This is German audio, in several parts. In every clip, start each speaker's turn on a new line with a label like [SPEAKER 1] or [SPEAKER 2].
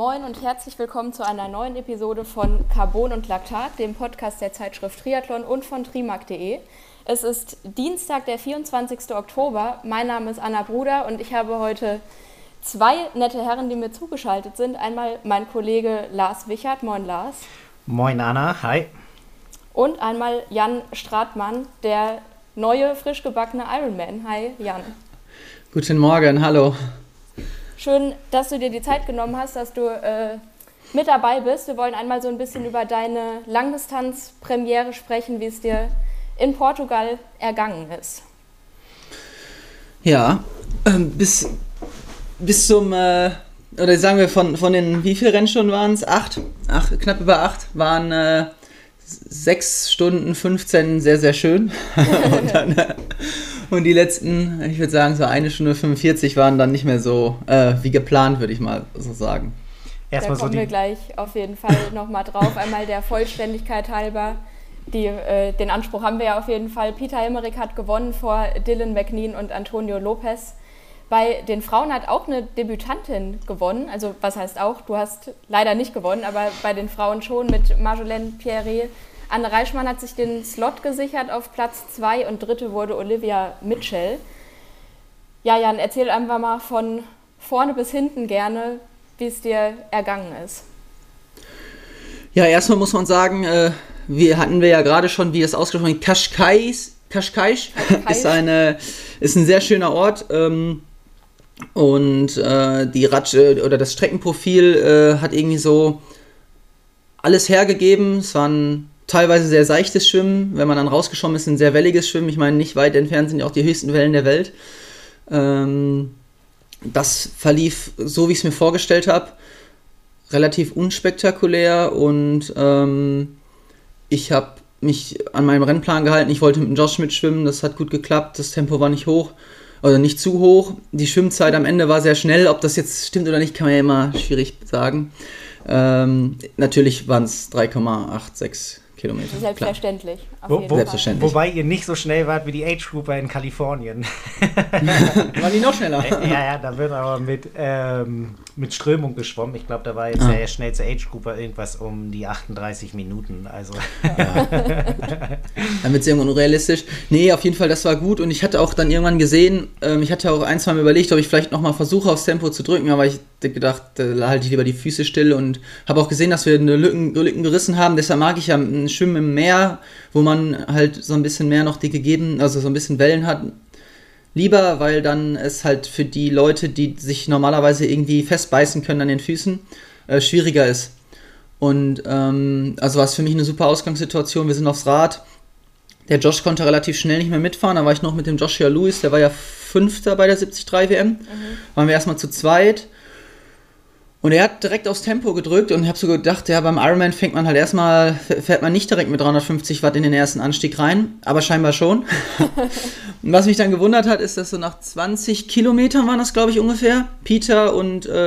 [SPEAKER 1] Moin und herzlich willkommen zu einer neuen Episode von Carbon und Laktat, dem Podcast der Zeitschrift Triathlon und von trimark.de. Es ist Dienstag, der 24. Oktober. Mein Name ist Anna Bruder und ich habe heute zwei nette Herren, die mir zugeschaltet sind. Einmal mein Kollege Lars Wichert. Moin Lars.
[SPEAKER 2] Moin Anna, hi.
[SPEAKER 1] Und einmal Jan Stratmann, der neue, frisch gebackene Ironman. Hi Jan.
[SPEAKER 3] Guten Morgen, hallo.
[SPEAKER 1] Schön, dass du dir die Zeit genommen hast, dass du mit dabei bist. Wir wollen einmal so ein bisschen über deine Langdistanz-Premiere sprechen, wie es dir in Portugal ergangen ist.
[SPEAKER 3] Ja, bis zum, oder sagen wir von den, wie viele Rennstunden waren es? Knapp über 8 waren 6 Stunden 15 sehr, sehr schön. Und die letzten, ich würde sagen, so 1 Stunde 45 waren dann nicht mehr so wie geplant, würde ich mal so sagen.
[SPEAKER 1] Da kommen wir gleich auf jeden Fall nochmal drauf. Einmal der Vollständigkeit halber. Den Anspruch haben wir ja auf jeden Fall. Peter Hemmerich hat gewonnen vor Dylan McNean und Antonio Lopez. Bei den Frauen hat auch eine Debütantin gewonnen. Also was heißt auch, du hast leider nicht gewonnen, aber bei den Frauen schon mit Marjolaine Pierret. Anne Reichmann hat sich den Slot gesichert auf Platz 2 und dritte wurde Olivia Mitchell. Ja, Jan, erzähl einfach mal von vorne bis hinten gerne, wie es dir ergangen ist.
[SPEAKER 3] Ja, erstmal muss man sagen, hatten wir ja gerade schon, wie es ausgesprochen wird, Cascais ist ein sehr schöner Ort. Und die Ratsche oder das Streckenprofil hat irgendwie so alles hergegeben. Es war ein teilweise sehr seichtes Schwimmen, wenn man dann rausgeschwommen ist, ein sehr welliges Schwimmen. Ich meine, nicht weit entfernt sind ja auch die höchsten Wellen der Welt. Das verlief so, wie ich es mir vorgestellt habe, relativ unspektakulär und ich habe mich an meinem Rennplan gehalten. Ich wollte mit dem Josh mitschwimmen, das hat gut geklappt, das Tempo war nicht hoch. Oder nicht zu hoch. Die Schwimmzeit am Ende war sehr schnell. Ob das jetzt stimmt oder nicht, kann man ja immer schwierig sagen. Natürlich waren es 3,86 Kilometer.
[SPEAKER 1] Selbstverständlich.
[SPEAKER 3] Selbstverständlich.
[SPEAKER 2] Wobei ihr nicht so schnell wart wie die Age Grouper in Kalifornien.
[SPEAKER 3] Waren die noch schneller?
[SPEAKER 2] Ja, da wird aber mit Strömung geschwommen. Ich glaube, da war jetzt der schnellste Age Grouper irgendwas um die 38 Minuten. Also.
[SPEAKER 3] Ja. Dann wird es irgendwann unrealistisch. Nee, auf jeden Fall, das war gut. Und ich hatte auch dann irgendwann gesehen, ich hatte auch ein, zwei Mal überlegt, ob ich vielleicht nochmal versuche, aufs Tempo zu drücken. Aber ich gedacht, da halte ich lieber die Füße still und habe auch gesehen, dass wir Lücken gerissen haben. Deshalb mag ich ja ein Schwimmen im Meer, wo man halt so ein bisschen mehr noch also so ein bisschen Wellen hat, lieber, weil dann es halt für die Leute, die sich normalerweise irgendwie festbeißen können an den Füßen, schwieriger ist. Und also war es für mich eine super Ausgangssituation. Wir sind aufs Rad. Der Josh konnte relativ schnell nicht mehr mitfahren. Da war ich noch mit dem Joshua Lewis, der war ja 5. bei der 73 WM. Waren wir erstmal zu zweit. Und er hat direkt aufs Tempo gedrückt und ich habe so gedacht, ja, beim Ironman fährt man nicht direkt mit 350 Watt in den ersten Anstieg rein, aber scheinbar schon. Und was mich dann gewundert hat, ist, dass so nach 20 Kilometern waren das, glaube ich, ungefähr, Peter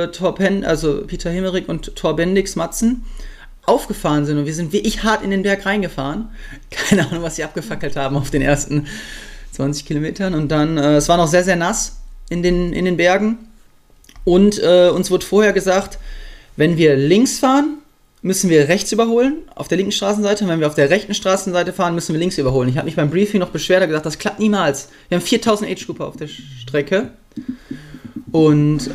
[SPEAKER 3] Hemmerich und Thor Bendix Matzen aufgefahren sind und wir sind wie ich hart in den Berg reingefahren. Keine Ahnung, was sie abgefackelt haben auf den ersten 20 Kilometern und dann, es war noch sehr, sehr nass in den Bergen. Und uns wurde vorher gesagt, wenn wir links fahren, müssen wir rechts überholen, auf der linken Straßenseite. Und wenn wir auf der rechten Straßenseite fahren, müssen wir links überholen. Ich habe mich beim Briefing noch beschwert und gesagt, das klappt niemals. Wir haben 4000 Age-Grupper auf der Strecke. Und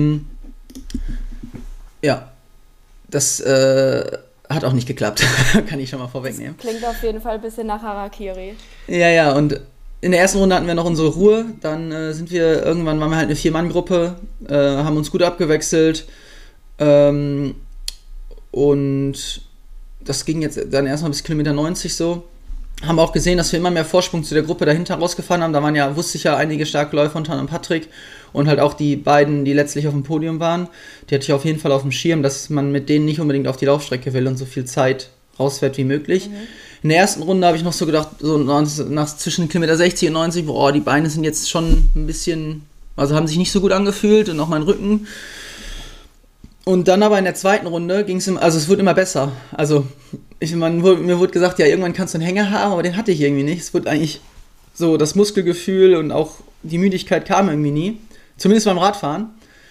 [SPEAKER 3] das hat auch nicht geklappt. Kann ich schon mal vorwegnehmen.
[SPEAKER 1] Das klingt auf jeden Fall ein bisschen nach Harakiri.
[SPEAKER 3] Ja, und in der ersten Runde hatten wir noch unsere Ruhe, dann waren wir halt eine 4-Mann-Gruppe, haben uns gut abgewechselt und das ging jetzt dann erstmal bis Kilometer 90 so. Haben auch gesehen, dass wir immer mehr Vorsprung zu der Gruppe dahinter rausgefahren haben, da wusste ich ja einige starke Läufer, unter anderem Patrick und halt auch die beiden, die letztlich auf dem Podium waren, die hatte ich auf jeden Fall auf dem Schirm, dass man mit denen nicht unbedingt auf die Laufstrecke will und so viel Zeit rausfährt wie möglich. In der ersten Runde habe ich noch so gedacht, so nach zwischen Kilometer 60 und 90, die Beine sind jetzt schon ein bisschen, also haben sich nicht so gut angefühlt und auch mein Rücken. Und dann aber in der zweiten Runde ging es, es wurde immer besser. Also mir wurde gesagt, ja, irgendwann kannst du einen Hänger haben, aber den hatte ich irgendwie nicht. Es wurde eigentlich so, das Muskelgefühl und auch die Müdigkeit kam irgendwie nie. Zumindest beim Radfahren.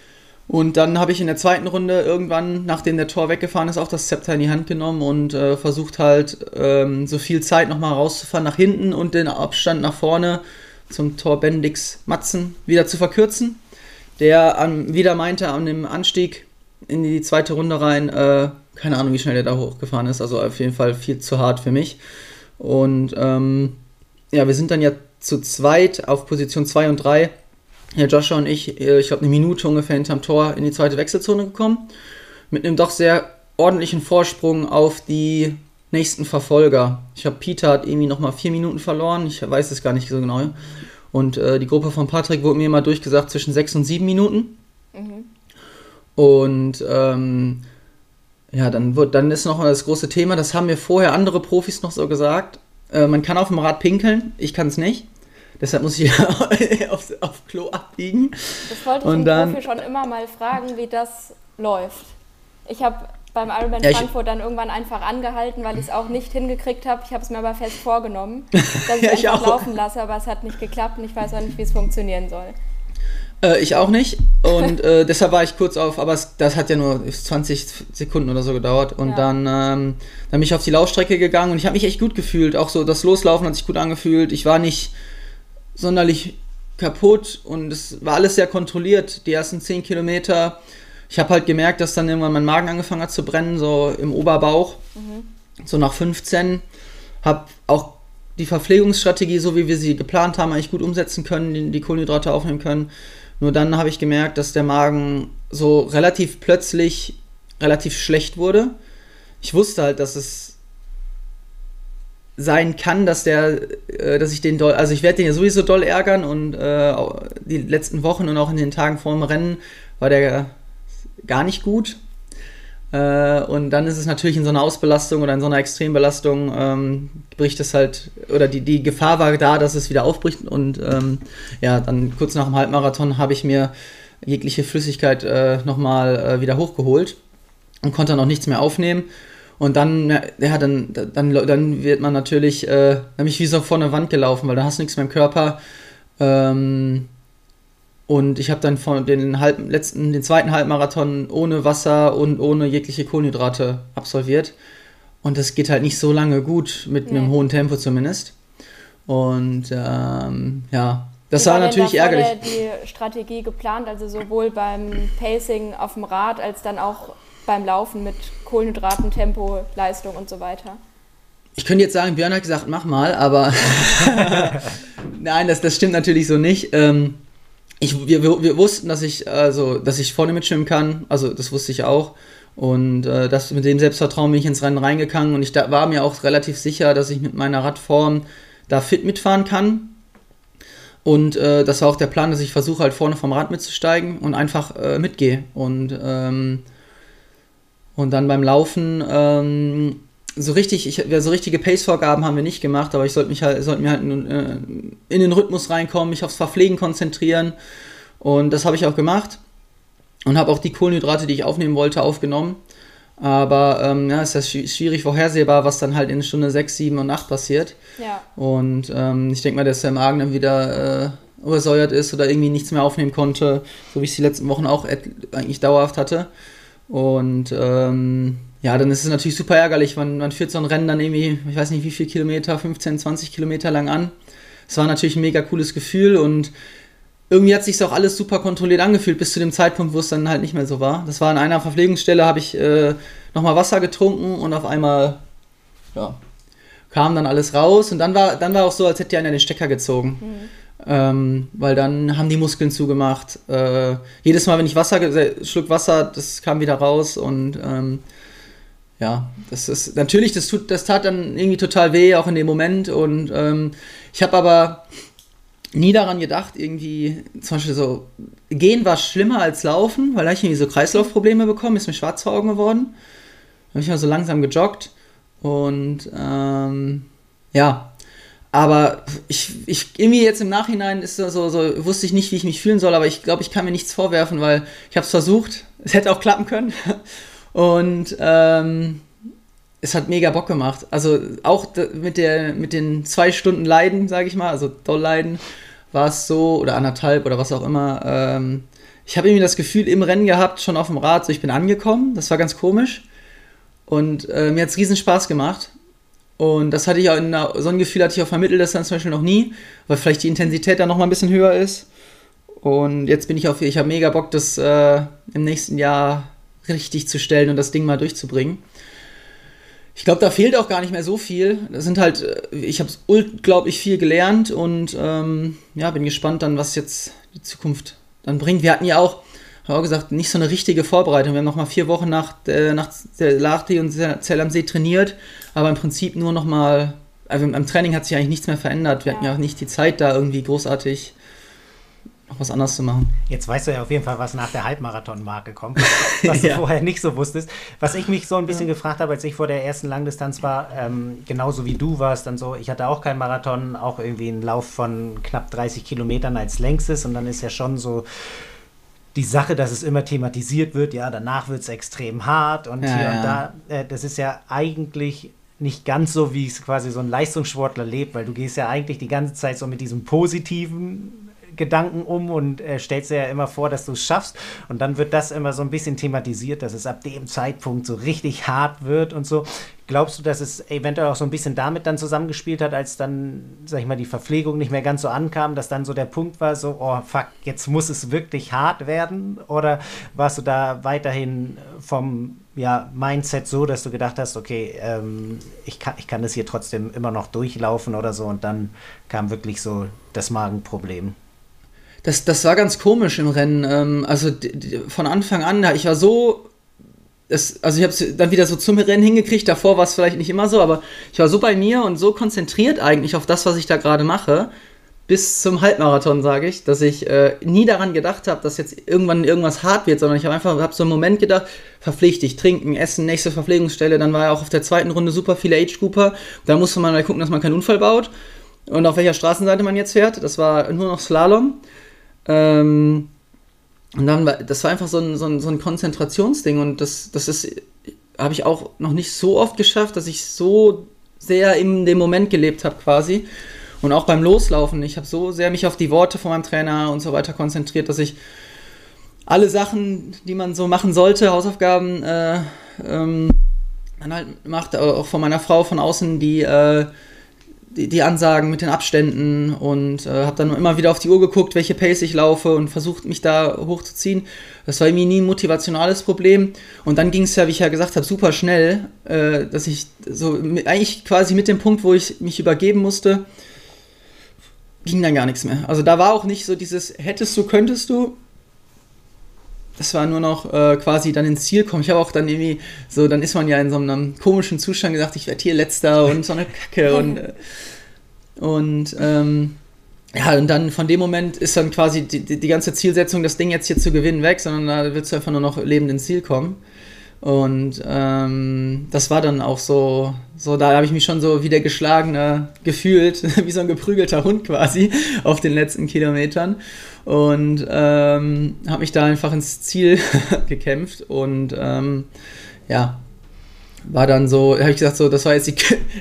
[SPEAKER 3] Und dann habe ich in der zweiten Runde irgendwann, nachdem der Tor weggefahren ist, auch das Zepter in die Hand genommen und versucht halt so viel Zeit nochmal rauszufahren nach hinten und den Abstand nach vorne zum Tor Bendix Matzen wieder zu verkürzen. Der wieder meinte an dem Anstieg in die zweite Runde rein, keine Ahnung, wie schnell der da hochgefahren ist, also auf jeden Fall viel zu hart für mich. Und wir sind dann ja zu zweit auf Position 2 und 3. Ja, Joshua und ich glaube eine Minute ungefähr hinterm Tor in die zweite Wechselzone gekommen. Mit einem doch sehr ordentlichen Vorsprung auf die nächsten Verfolger. Ich glaube, Peter hat irgendwie nochmal 4 Minuten verloren. Ich weiß es gar nicht so genau. Und die Gruppe von Patrick wurde mir mal durchgesagt zwischen 6 und 7 Minuten. Mhm. Und dann ist noch das große Thema, das haben mir vorher andere Profis noch so gesagt. Man kann auf dem Rad pinkeln, ich kann es nicht. Deshalb muss ich auf Klo abbiegen.
[SPEAKER 1] Das wollte ich den Profi schon immer mal fragen, wie das läuft. Ich habe beim Ironman Frankfurt dann irgendwann einfach angehalten, weil ich es auch nicht hingekriegt habe. Ich habe es mir aber fest vorgenommen, dass ich es einfach laufen lasse, aber es hat nicht geklappt und ich weiß auch nicht, wie es funktionieren soll.
[SPEAKER 3] Ich auch nicht und deshalb war ich kurz auf, aber das hat ja nur 20 Sekunden oder so gedauert und dann bin ich auf die Laufstrecke gegangen und ich habe mich echt gut gefühlt. Auch so das Loslaufen hat sich gut angefühlt. Ich war nicht sonderlich kaputt und es war alles sehr kontrolliert, die ersten 10 Kilometer. Ich habe halt gemerkt, dass dann irgendwann mein Magen angefangen hat zu brennen, so im Oberbauch, so nach 15. Habe auch die Verpflegungsstrategie, so wie wir sie geplant haben, eigentlich gut umsetzen können, die Kohlenhydrate aufnehmen können. Nur dann habe ich gemerkt, dass der Magen so relativ plötzlich relativ schlecht wurde. Ich wusste halt, dass es sein kann, dass ich den doll, also ich werde den ja sowieso doll ärgern und die letzten Wochen und auch in den Tagen vor dem Rennen war der gar nicht gut. Und dann ist es natürlich in so einer Ausbelastung oder in so einer Extrembelastung bricht es halt, oder die Gefahr war da, dass es wieder aufbricht und dann kurz nach dem Halbmarathon habe ich mir jegliche Flüssigkeit nochmal wieder hochgeholt und konnte dann auch nichts mehr aufnehmen. Und dann wird man natürlich nämlich wie so vor eine Wand gelaufen, weil da hast du nichts mehr im Körper. Und ich habe dann den zweiten Halbmarathon ohne Wasser und ohne jegliche Kohlenhydrate absolviert. Und das geht halt nicht so lange gut, mit einem hohen Tempo zumindest. Und das war natürlich ärgerlich.
[SPEAKER 1] Die Strategie geplant, also sowohl beim Pacing auf dem Rad als dann auch beim Laufen mit Kohlenhydraten, Tempo, Leistung und so weiter?
[SPEAKER 3] Ich könnte jetzt sagen, Björn hat gesagt, mach mal, aber nein, das stimmt natürlich so nicht. Wir wussten, dass ich vorne mitschwimmen kann, also das wusste ich auch. Und mit dem Selbstvertrauen bin ich ins Rennen reingegangen und ich war mir auch relativ sicher, dass ich mit meiner Radform da fit mitfahren kann. Und das war auch der Plan, dass ich versuche halt vorne vom Rad mitzusteigen und einfach mitgehe. Und dann beim Laufen so richtige Pace-Vorgaben haben wir nicht gemacht, aber ich sollte mir halt in den Rhythmus reinkommen, mich aufs Verpflegen konzentrieren und das habe ich auch gemacht und habe auch die Kohlenhydrate, die ich aufnehmen wollte, aufgenommen. Aber es ist ja schwierig vorhersehbar, was dann halt in Stunde 6, 7 und 8 passiert. Ja. Und ich denke mal, dass der Magen dann wieder übersäuert ist oder irgendwie nichts mehr aufnehmen konnte, so wie ich es die letzten Wochen auch eigentlich dauerhaft hatte. Und dann ist es natürlich super ärgerlich, man führt so ein Rennen dann irgendwie, ich weiß nicht wie viel Kilometer, 15, 20 Kilometer lang an. Es war natürlich ein mega cooles Gefühl und irgendwie hat sich auch alles super kontrolliert angefühlt, bis zu dem Zeitpunkt, wo es dann halt nicht mehr so war. Das war an einer Verpflegungsstelle, habe ich nochmal Wasser getrunken und auf einmal kam dann alles raus und dann war auch so, als hätte einer den Stecker gezogen. Weil dann haben die Muskeln zugemacht. Jedes Mal, wenn ich Schluck Wasser, das kam wieder raus und das ist natürlich, das tat dann irgendwie total weh, auch in dem Moment und ich habe aber nie daran gedacht, irgendwie, zum Beispiel so, gehen war schlimmer als laufen, weil da habe ich irgendwie so Kreislaufprobleme bekommen, ist mir schwarz vor Augen geworden. Dann habe ich mal so langsam gejoggt und aber ich irgendwie jetzt im Nachhinein ist so wusste ich nicht, wie ich mich fühlen soll, aber ich glaube, ich kann mir nichts vorwerfen, weil ich habe es versucht, es hätte auch klappen können und es hat mega Bock gemacht. Also auch mit den 2 Stunden Leiden, sage ich mal, also doll Leiden, war es so, oder 1,5 oder was auch immer, ich habe irgendwie das Gefühl im Rennen gehabt, schon auf dem Rad, so ich bin angekommen, das war ganz komisch und mir hat es riesen Spaß gemacht und das hatte ich auch so ein Gefühl hatte ich auf der Mitteldistanz zum Beispiel noch nie, weil vielleicht die Intensität dann nochmal ein bisschen höher ist und jetzt ich habe mega Bock, das im nächsten Jahr richtig zu stellen und das Ding mal durchzubringen. Ich glaube, da fehlt auch gar nicht mehr so viel. Das sind halt, ich habe unglaublich viel gelernt und bin gespannt dann, was jetzt die Zukunft dann bringt. Wir hatten ja auch, habe auch gesagt, nicht so eine richtige Vorbereitung. Wir haben nochmal 4 Wochen nach der Lahti und Zell am See trainiert, aber im Prinzip nur nochmal, also am Training hat sich eigentlich nichts mehr verändert. Wir hatten ja auch nicht die Zeit, da irgendwie großartig noch was anderes zu machen.
[SPEAKER 2] Jetzt weißt du ja auf jeden Fall, was nach der Halbmarathon-Marke kommt, was du vorher nicht so wusstest. Was ich mich so ein bisschen gefragt habe, als ich vor der ersten Langdistanz war, genauso wie du warst, dann so, ich hatte auch keinen Marathon, auch irgendwie einen Lauf von knapp 30 Kilometern als längstes und dann ist ja schon so die Sache, dass es immer thematisiert wird, ja, danach wird es extrem hart und hier und da, das ist ja eigentlich nicht ganz so, wie es quasi so ein Leistungssportler lebt, weil du gehst ja eigentlich die ganze Zeit so mit diesem positiven Gedanken um und stellst dir ja immer vor, dass du es schaffst und dann wird das immer so ein bisschen thematisiert, dass es ab dem Zeitpunkt so richtig hart wird und so. Glaubst du, dass es eventuell auch so ein bisschen damit dann zusammengespielt hat, als dann, sag ich mal, die Verpflegung nicht mehr ganz so ankam, dass dann so der Punkt war, so, oh fuck, jetzt muss es wirklich hart werden? Oder warst du da weiterhin vom Mindset so, dass du gedacht hast, okay, ich kann das hier trotzdem immer noch durchlaufen oder so und dann kam wirklich so das Magenproblem?
[SPEAKER 3] Das war ganz komisch im Rennen. Also von Anfang an, ich war so, ich habe es dann wieder so zum Rennen hingekriegt. Davor war es vielleicht nicht immer so, aber ich war so bei mir und so konzentriert eigentlich auf das, was ich da gerade mache, bis zum Halbmarathon, sage ich, dass ich nie daran gedacht habe, dass jetzt irgendwann irgendwas hart wird, sondern ich habe so einen Moment gedacht, verpflicht dich, trinken, essen, nächste Verpflegungsstelle. Dann war ja auch auf der zweiten Runde super viele Age-Grouper. Da musste man mal gucken, dass man keinen Unfall baut und auf welcher Straßenseite man jetzt fährt. Das war nur noch Slalom. Und dann, das war einfach so ein Konzentrationsding und das habe ich auch noch nicht so oft geschafft, dass ich so sehr in dem Moment gelebt habe quasi und auch beim Loslaufen, ich habe so sehr mich auf die Worte von meinem Trainer und so weiter konzentriert, dass ich alle Sachen, die man so machen sollte, Hausaufgaben, dann halt macht, auch von meiner Frau von außen, die Ansagen mit den Abständen und habe dann immer wieder auf die Uhr geguckt, welche Pace ich laufe und versucht, mich da hochzuziehen. Das war irgendwie nie ein motivationales Problem. Und dann ging es ja, wie ich ja gesagt habe, super schnell, dass ich so eigentlich quasi mit dem Punkt, wo ich mich übergeben musste, ging dann gar nichts mehr. Also da war auch nicht so dieses hättest du, könntest du. Das war nur noch quasi dann ins Ziel kommen. Ich habe auch dann irgendwie so, dann ist man ja in so einem komischen Zustand gesagt, ich werde hier Letzter und so eine Kacke und dann von dem Moment ist dann quasi die ganze Zielsetzung, das Ding jetzt hier zu gewinnen, weg, sondern da wird es einfach nur noch lebend ins Ziel kommen. Und das war dann auch so da habe ich mich schon so wie der Geschlagene gefühlt, wie so ein geprügelter Hund quasi auf den letzten Kilometern. Und habe mich da einfach ins Ziel gekämpft und war dann so, habe ich gesagt, so, das war jetzt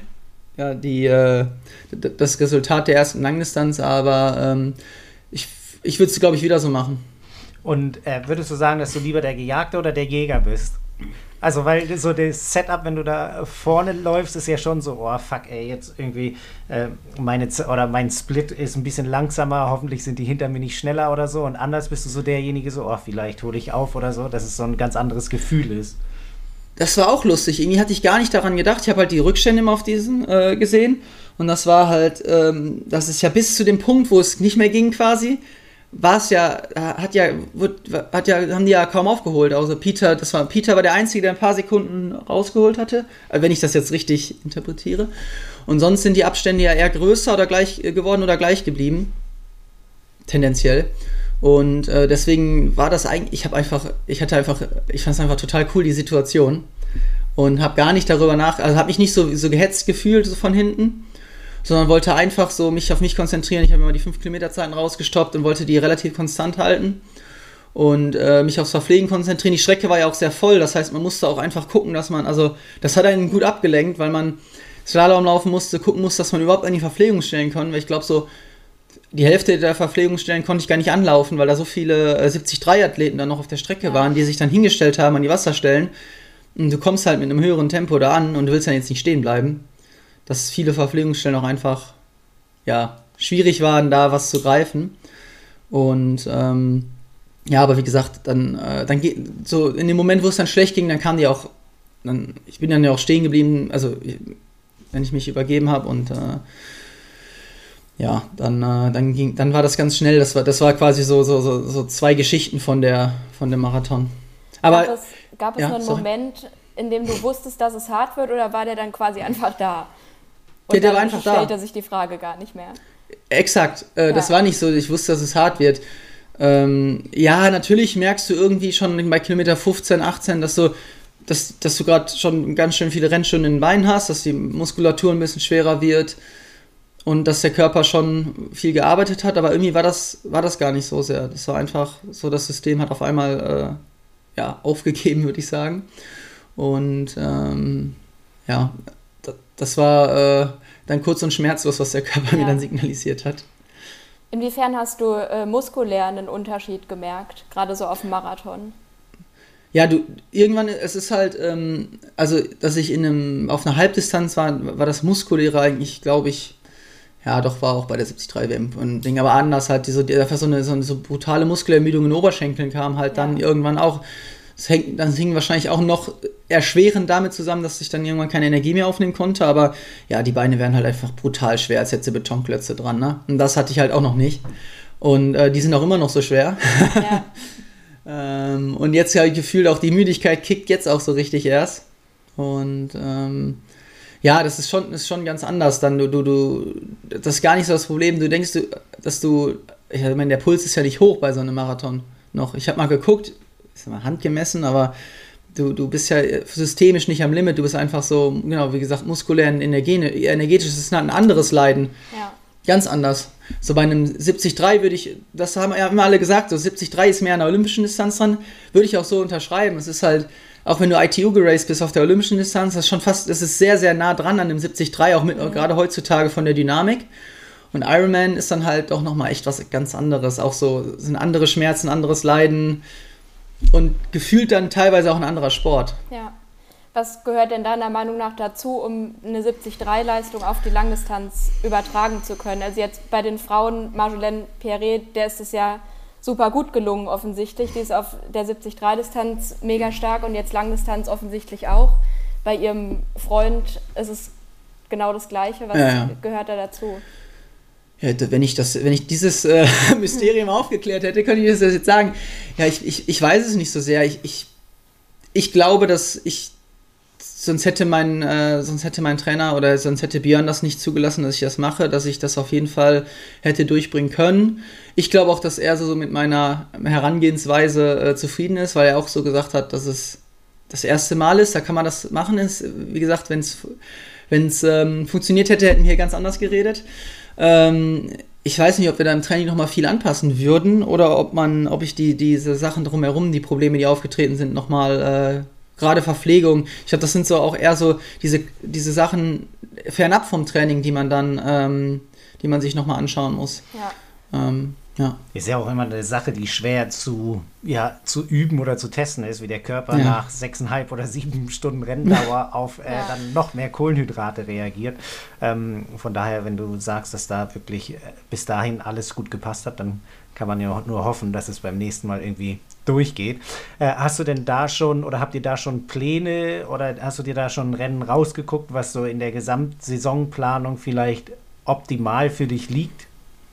[SPEAKER 3] das Resultat der ersten Langdistanz, aber ich würde es, glaube ich, wieder so machen.
[SPEAKER 2] Und würdest du sagen, dass du lieber der Gejagte oder der Jäger bist? Also, weil so das Setup, wenn du da vorne läufst, ist ja schon so, oh fuck, ey, jetzt irgendwie mein Split ist ein bisschen langsamer, hoffentlich sind die hinter mir nicht schneller oder so und anders bist du so derjenige so, oh, vielleicht hole ich auf oder so, dass es so ein ganz anderes Gefühl ist.
[SPEAKER 3] Das war auch lustig, irgendwie hatte ich gar nicht daran gedacht, ich habe halt die Rückstände immer auf diesen gesehen und das war halt, das ist ja bis zu dem Punkt, wo es nicht mehr ging quasi, haben die ja kaum aufgeholt. Also Peter war der Einzige, der ein paar Sekunden rausgeholt hatte, wenn ich das jetzt richtig interpretiere. Und sonst sind die Abstände ja eher größer oder gleich geworden oder gleich geblieben. Tendenziell. Und deswegen war das eigentlich, ich fand es einfach total cool, die Situation. Und habe gar nicht darüber also habe mich nicht so gehetzt gefühlt, so von hinten, sondern wollte einfach so mich auf mich konzentrieren. Ich habe immer die 5-Kilometer-Zeiten rausgestoppt und wollte die relativ konstant halten und mich aufs Verpflegen konzentrieren. Die Strecke war ja auch sehr voll, das heißt, man musste auch einfach gucken, dass man, also das hat einen gut abgelenkt, weil man Slalom laufen musste, gucken musste, dass man überhaupt an die Verpflegung stellen kann, weil ich glaube so, die Hälfte der Verpflegungsstellen konnte ich gar nicht anlaufen, weil da so viele 73-Athleten dann noch auf der Strecke waren, die sich dann hingestellt haben an die Wasserstellen. Und du kommst halt mit einem höheren Tempo da an und du willst dann jetzt nicht stehen bleiben. Dass viele Verpflegungsstellen auch einfach, schwierig waren, da was zu greifen. Und, aber wie gesagt, dann geht so in dem Moment, wo es dann schlecht ging, dann kam die auch, ich bin dann ja auch stehen geblieben, also wenn ich mich übergeben habe und dann war das ganz schnell. Das war quasi so 2 Geschichten von dem Marathon. Aber
[SPEAKER 1] gab es einen Moment, in dem du wusstest, dass es hart wird, oder war der dann quasi einfach da? Und
[SPEAKER 3] der war einfach da.
[SPEAKER 1] Stellte sich die Frage gar nicht mehr.
[SPEAKER 3] Exakt. Das war nicht so, ich wusste, dass es hart wird. Natürlich merkst du irgendwie schon bei Kilometer 15, 18, dass du gerade schon ganz schön viele Rennstunden in den Beinen hast, dass die Muskulatur ein bisschen schwerer wird und dass der Körper schon viel gearbeitet hat, aber irgendwie war das gar nicht so sehr. Das war einfach so, das System hat auf einmal aufgegeben, würde ich sagen. Und das war dann kurz und schmerzlos, was der Körper mir dann signalisiert hat.
[SPEAKER 1] Inwiefern hast du muskulär einen Unterschied gemerkt, gerade so auf dem Marathon?
[SPEAKER 3] Ja, irgendwann, es ist halt, dass ich auf einer Halbdistanz war das Muskuläre eigentlich, glaube ich, war auch bei der 73-WM ein Ding, aber anders halt, einfach so eine brutale Muskelermüdung in den Oberschenkeln kam halt dann irgendwann auch. Das hing wahrscheinlich auch noch erschwerend damit zusammen, dass ich dann irgendwann keine Energie mehr aufnehmen konnte, aber die Beine wären halt einfach brutal schwer, als hätte Betonklötze dran, ne? Und das hatte ich halt auch noch nicht. Und die sind auch immer noch so schwer. Ja. Und jetzt habe ich gefühlt, auch die Müdigkeit kickt jetzt auch so richtig erst. Und das ist schon ganz anders. Dann das ist gar nicht so das Problem. Du denkst, ich meine, der Puls ist ja nicht hoch bei so einem Marathon noch. Ich habe mal geguckt, ist mal handgemessen, aber du bist ja systemisch nicht am Limit. Du bist einfach so, genau, wie gesagt, muskulär und energetisch. Das ist ein anderes Leiden. Ja. Ganz anders. So bei einem 73 das haben ja immer alle gesagt, so 73 ist mehr an der olympischen Distanz dran, würde ich auch so unterschreiben. Es ist halt, auch wenn du ITU geraced bist auf der olympischen Distanz, das ist sehr, sehr nah dran an dem 73, auch gerade heutzutage von der Dynamik. Und Ironman ist dann halt auch nochmal echt was ganz anderes. Auch so sind andere Schmerzen, anderes Leiden und gefühlt dann teilweise auch ein anderer Sport. Ja.
[SPEAKER 1] Was gehört denn deiner Meinung nach dazu, um eine 73-Leistung auf die Langdistanz übertragen zu können? Also jetzt bei den Frauen, Marjolaine Perret, der ist es ja super gut gelungen offensichtlich. Die ist auf der 73-Distanz mega stark und jetzt Langdistanz offensichtlich auch. Bei ihrem Freund ist es genau das Gleiche. Was gehört da dazu?
[SPEAKER 3] Ja, wenn ich dieses Mysterium aufgeklärt hätte, könnte ich das jetzt sagen. Ja, ich weiß es nicht so sehr. Ich glaube, dass sonst hätte mein Trainer oder sonst hätte Björn das nicht zugelassen, dass ich das mache, dass ich das auf jeden Fall hätte durchbringen können. Ich glaube auch, dass er so mit meiner Herangehensweise zufrieden ist, weil er auch so gesagt hat, dass es das erste Mal ist, da kann man das machen. Wie gesagt, wenn es funktioniert hätte, hätten wir hier ganz anders geredet. Ich weiß nicht, ob wir da im Training nochmal viel anpassen würden oder ob ich diese Sachen drumherum, die Probleme, die aufgetreten sind, nochmal gerade Verpflegung. Ich glaube, das sind so auch eher so diese Sachen fernab vom Training, die man sich nochmal anschauen muss. Ja.
[SPEAKER 2] Ist ja auch immer eine Sache, die schwer zu üben oder zu testen ist, wie der Körper nach 6,5 oder 7 Stunden Renndauer auf dann noch mehr Kohlenhydrate reagiert. Von daher, wenn du sagst, dass da wirklich bis dahin alles gut gepasst hat, dann kann man ja nur hoffen, dass es beim nächsten Mal irgendwie durchgeht. Hast du denn da schon oder habt ihr da schon Pläne oder hast du dir da schon Rennen rausgeguckt, was so in der Gesamtsaisonplanung vielleicht optimal für dich liegt?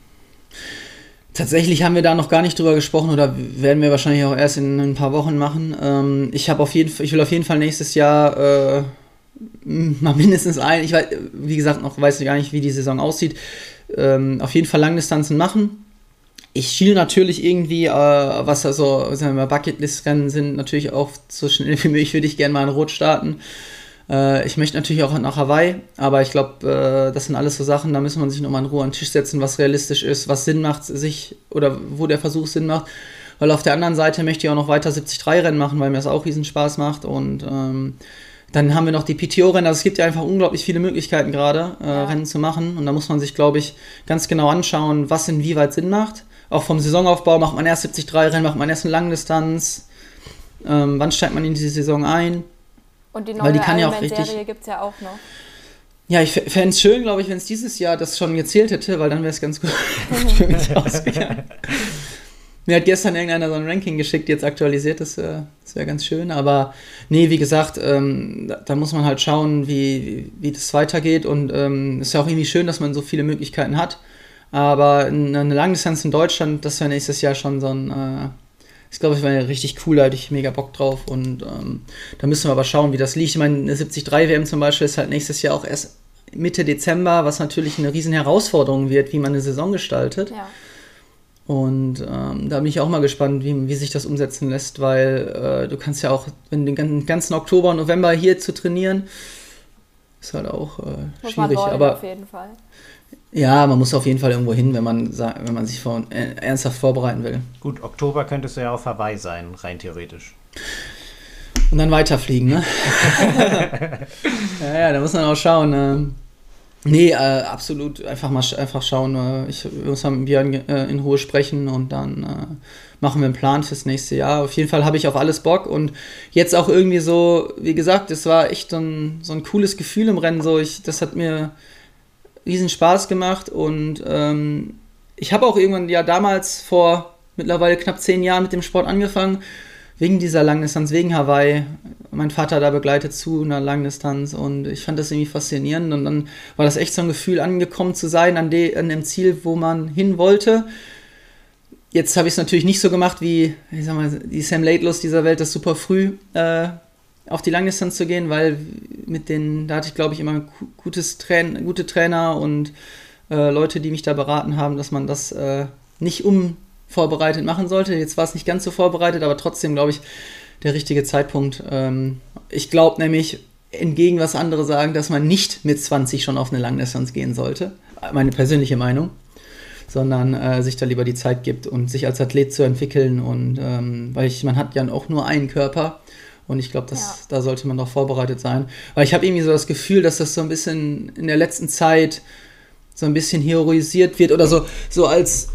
[SPEAKER 3] Tatsächlich haben wir da noch gar nicht drüber gesprochen oder werden wir wahrscheinlich auch erst in ein paar Wochen machen. Ich will auf jeden Fall nächstes Jahr mal mindestens ich weiß, wie gesagt, weiß ich gar nicht, wie die Saison aussieht, auf jeden Fall Langdistanzen machen. Ich schiele natürlich irgendwie, was also Bucketlist-Rennen sind, natürlich auch so schnell wie möglich würde ich gerne mal in Rot starten. Ich möchte natürlich auch nach Hawaii, aber ich glaube, das sind alles so Sachen, da müssen wir sich nochmal in Ruhe an den Tisch setzen, was realistisch ist, was Sinn macht oder wo der Versuch Sinn macht. Weil auf der anderen Seite möchte ich auch noch weiter 73-Rennen machen, weil mir das auch riesen Spaß macht und Dann haben wir noch die PTO-Rennen. Also es gibt ja einfach unglaublich viele Möglichkeiten gerade, Rennen zu machen. Und da muss man sich, glaube ich, ganz genau anschauen, was inwieweit Sinn macht. Auch vom Saisonaufbau, macht man erst 73-Rennen, macht man erst eine Langdistanz. Wann steigt man in diese Saison ein?
[SPEAKER 1] Und die neue Ironman-Serie gibt es ja auch noch.
[SPEAKER 3] Ja, ich fände es schön, glaube ich, wenn es dieses Jahr das schon gezählt hätte, weil dann wäre es ganz gut für mich ausgegangen. Mir hat gestern irgendeiner so ein Ranking geschickt, jetzt aktualisiert, das wäre ganz schön. Aber nee, wie gesagt, da muss man halt schauen, wie das weitergeht. Und es ist ja auch irgendwie schön, dass man so viele Möglichkeiten hat. Aber eine Langdistanz in Deutschland, das wäre nächstes Jahr schon so ein... Ich glaube, es wäre richtig cool, da hätte ich mega Bock drauf. Und da müssen wir aber schauen, wie das liegt. Ich meine, eine 73-WM zum Beispiel ist halt nächstes Jahr auch erst Mitte Dezember, was natürlich eine riesen Herausforderung wird, wie man eine Saison gestaltet.
[SPEAKER 1] Ja.
[SPEAKER 3] Und da bin ich auch mal gespannt, wie sich das umsetzen lässt, weil du kannst ja auch, wenn den ganzen Oktober und November hier zu trainieren, ist halt auch schwierig. Aber
[SPEAKER 1] auf jeden Fall.
[SPEAKER 3] Ja, man muss auf jeden Fall irgendwo hin, wenn man sich ernsthaft vorbereiten will.
[SPEAKER 2] Gut, Oktober könntest du ja auf Hawaii sein, rein theoretisch.
[SPEAKER 3] Und dann weiterfliegen, ne? ja, da muss man auch schauen. Nee, absolut. Einfach schauen. Wir müssen mit Björn in Ruhe sprechen und dann machen wir einen Plan fürs nächste Jahr. Auf jeden Fall habe ich auf alles Bock und jetzt auch irgendwie so, wie gesagt, es war echt so ein cooles Gefühl im Rennen. Das hat mir riesen Spaß gemacht und ich habe auch irgendwann ja damals vor mittlerweile knapp 10 Jahren mit dem Sport angefangen, wegen dieser Langdistanz, wegen Hawaii. Mein Vater da begleitet zu einer Langdistanz und ich fand das irgendwie faszinierend und dann war das echt so ein Gefühl, angekommen zu sein an dem Ziel, wo man hin wollte. Jetzt habe ich es natürlich nicht so gemacht wie, ich sag mal, die Sam Laidlows dieser Welt, das super früh auf die Langdistanz zu gehen, weil da hatte ich, glaube ich, immer gute Trainer und Leute, die mich da beraten haben, dass man das nicht vorbereitet machen sollte. Jetzt war es nicht ganz so vorbereitet, aber trotzdem, glaube ich, der richtige Zeitpunkt. Ich glaube nämlich, entgegen was andere sagen, dass man nicht mit 20 schon auf eine Langdistanz gehen sollte. Meine persönliche Meinung. Sondern sich da lieber die Zeit gibt und sich als Athlet zu entwickeln. Und weil man hat ja auch nur einen Körper. Und ich glaube, da sollte man doch vorbereitet sein. Weil ich habe irgendwie so das Gefühl, dass das so ein bisschen in der letzten Zeit so ein bisschen heroisiert wird oder so als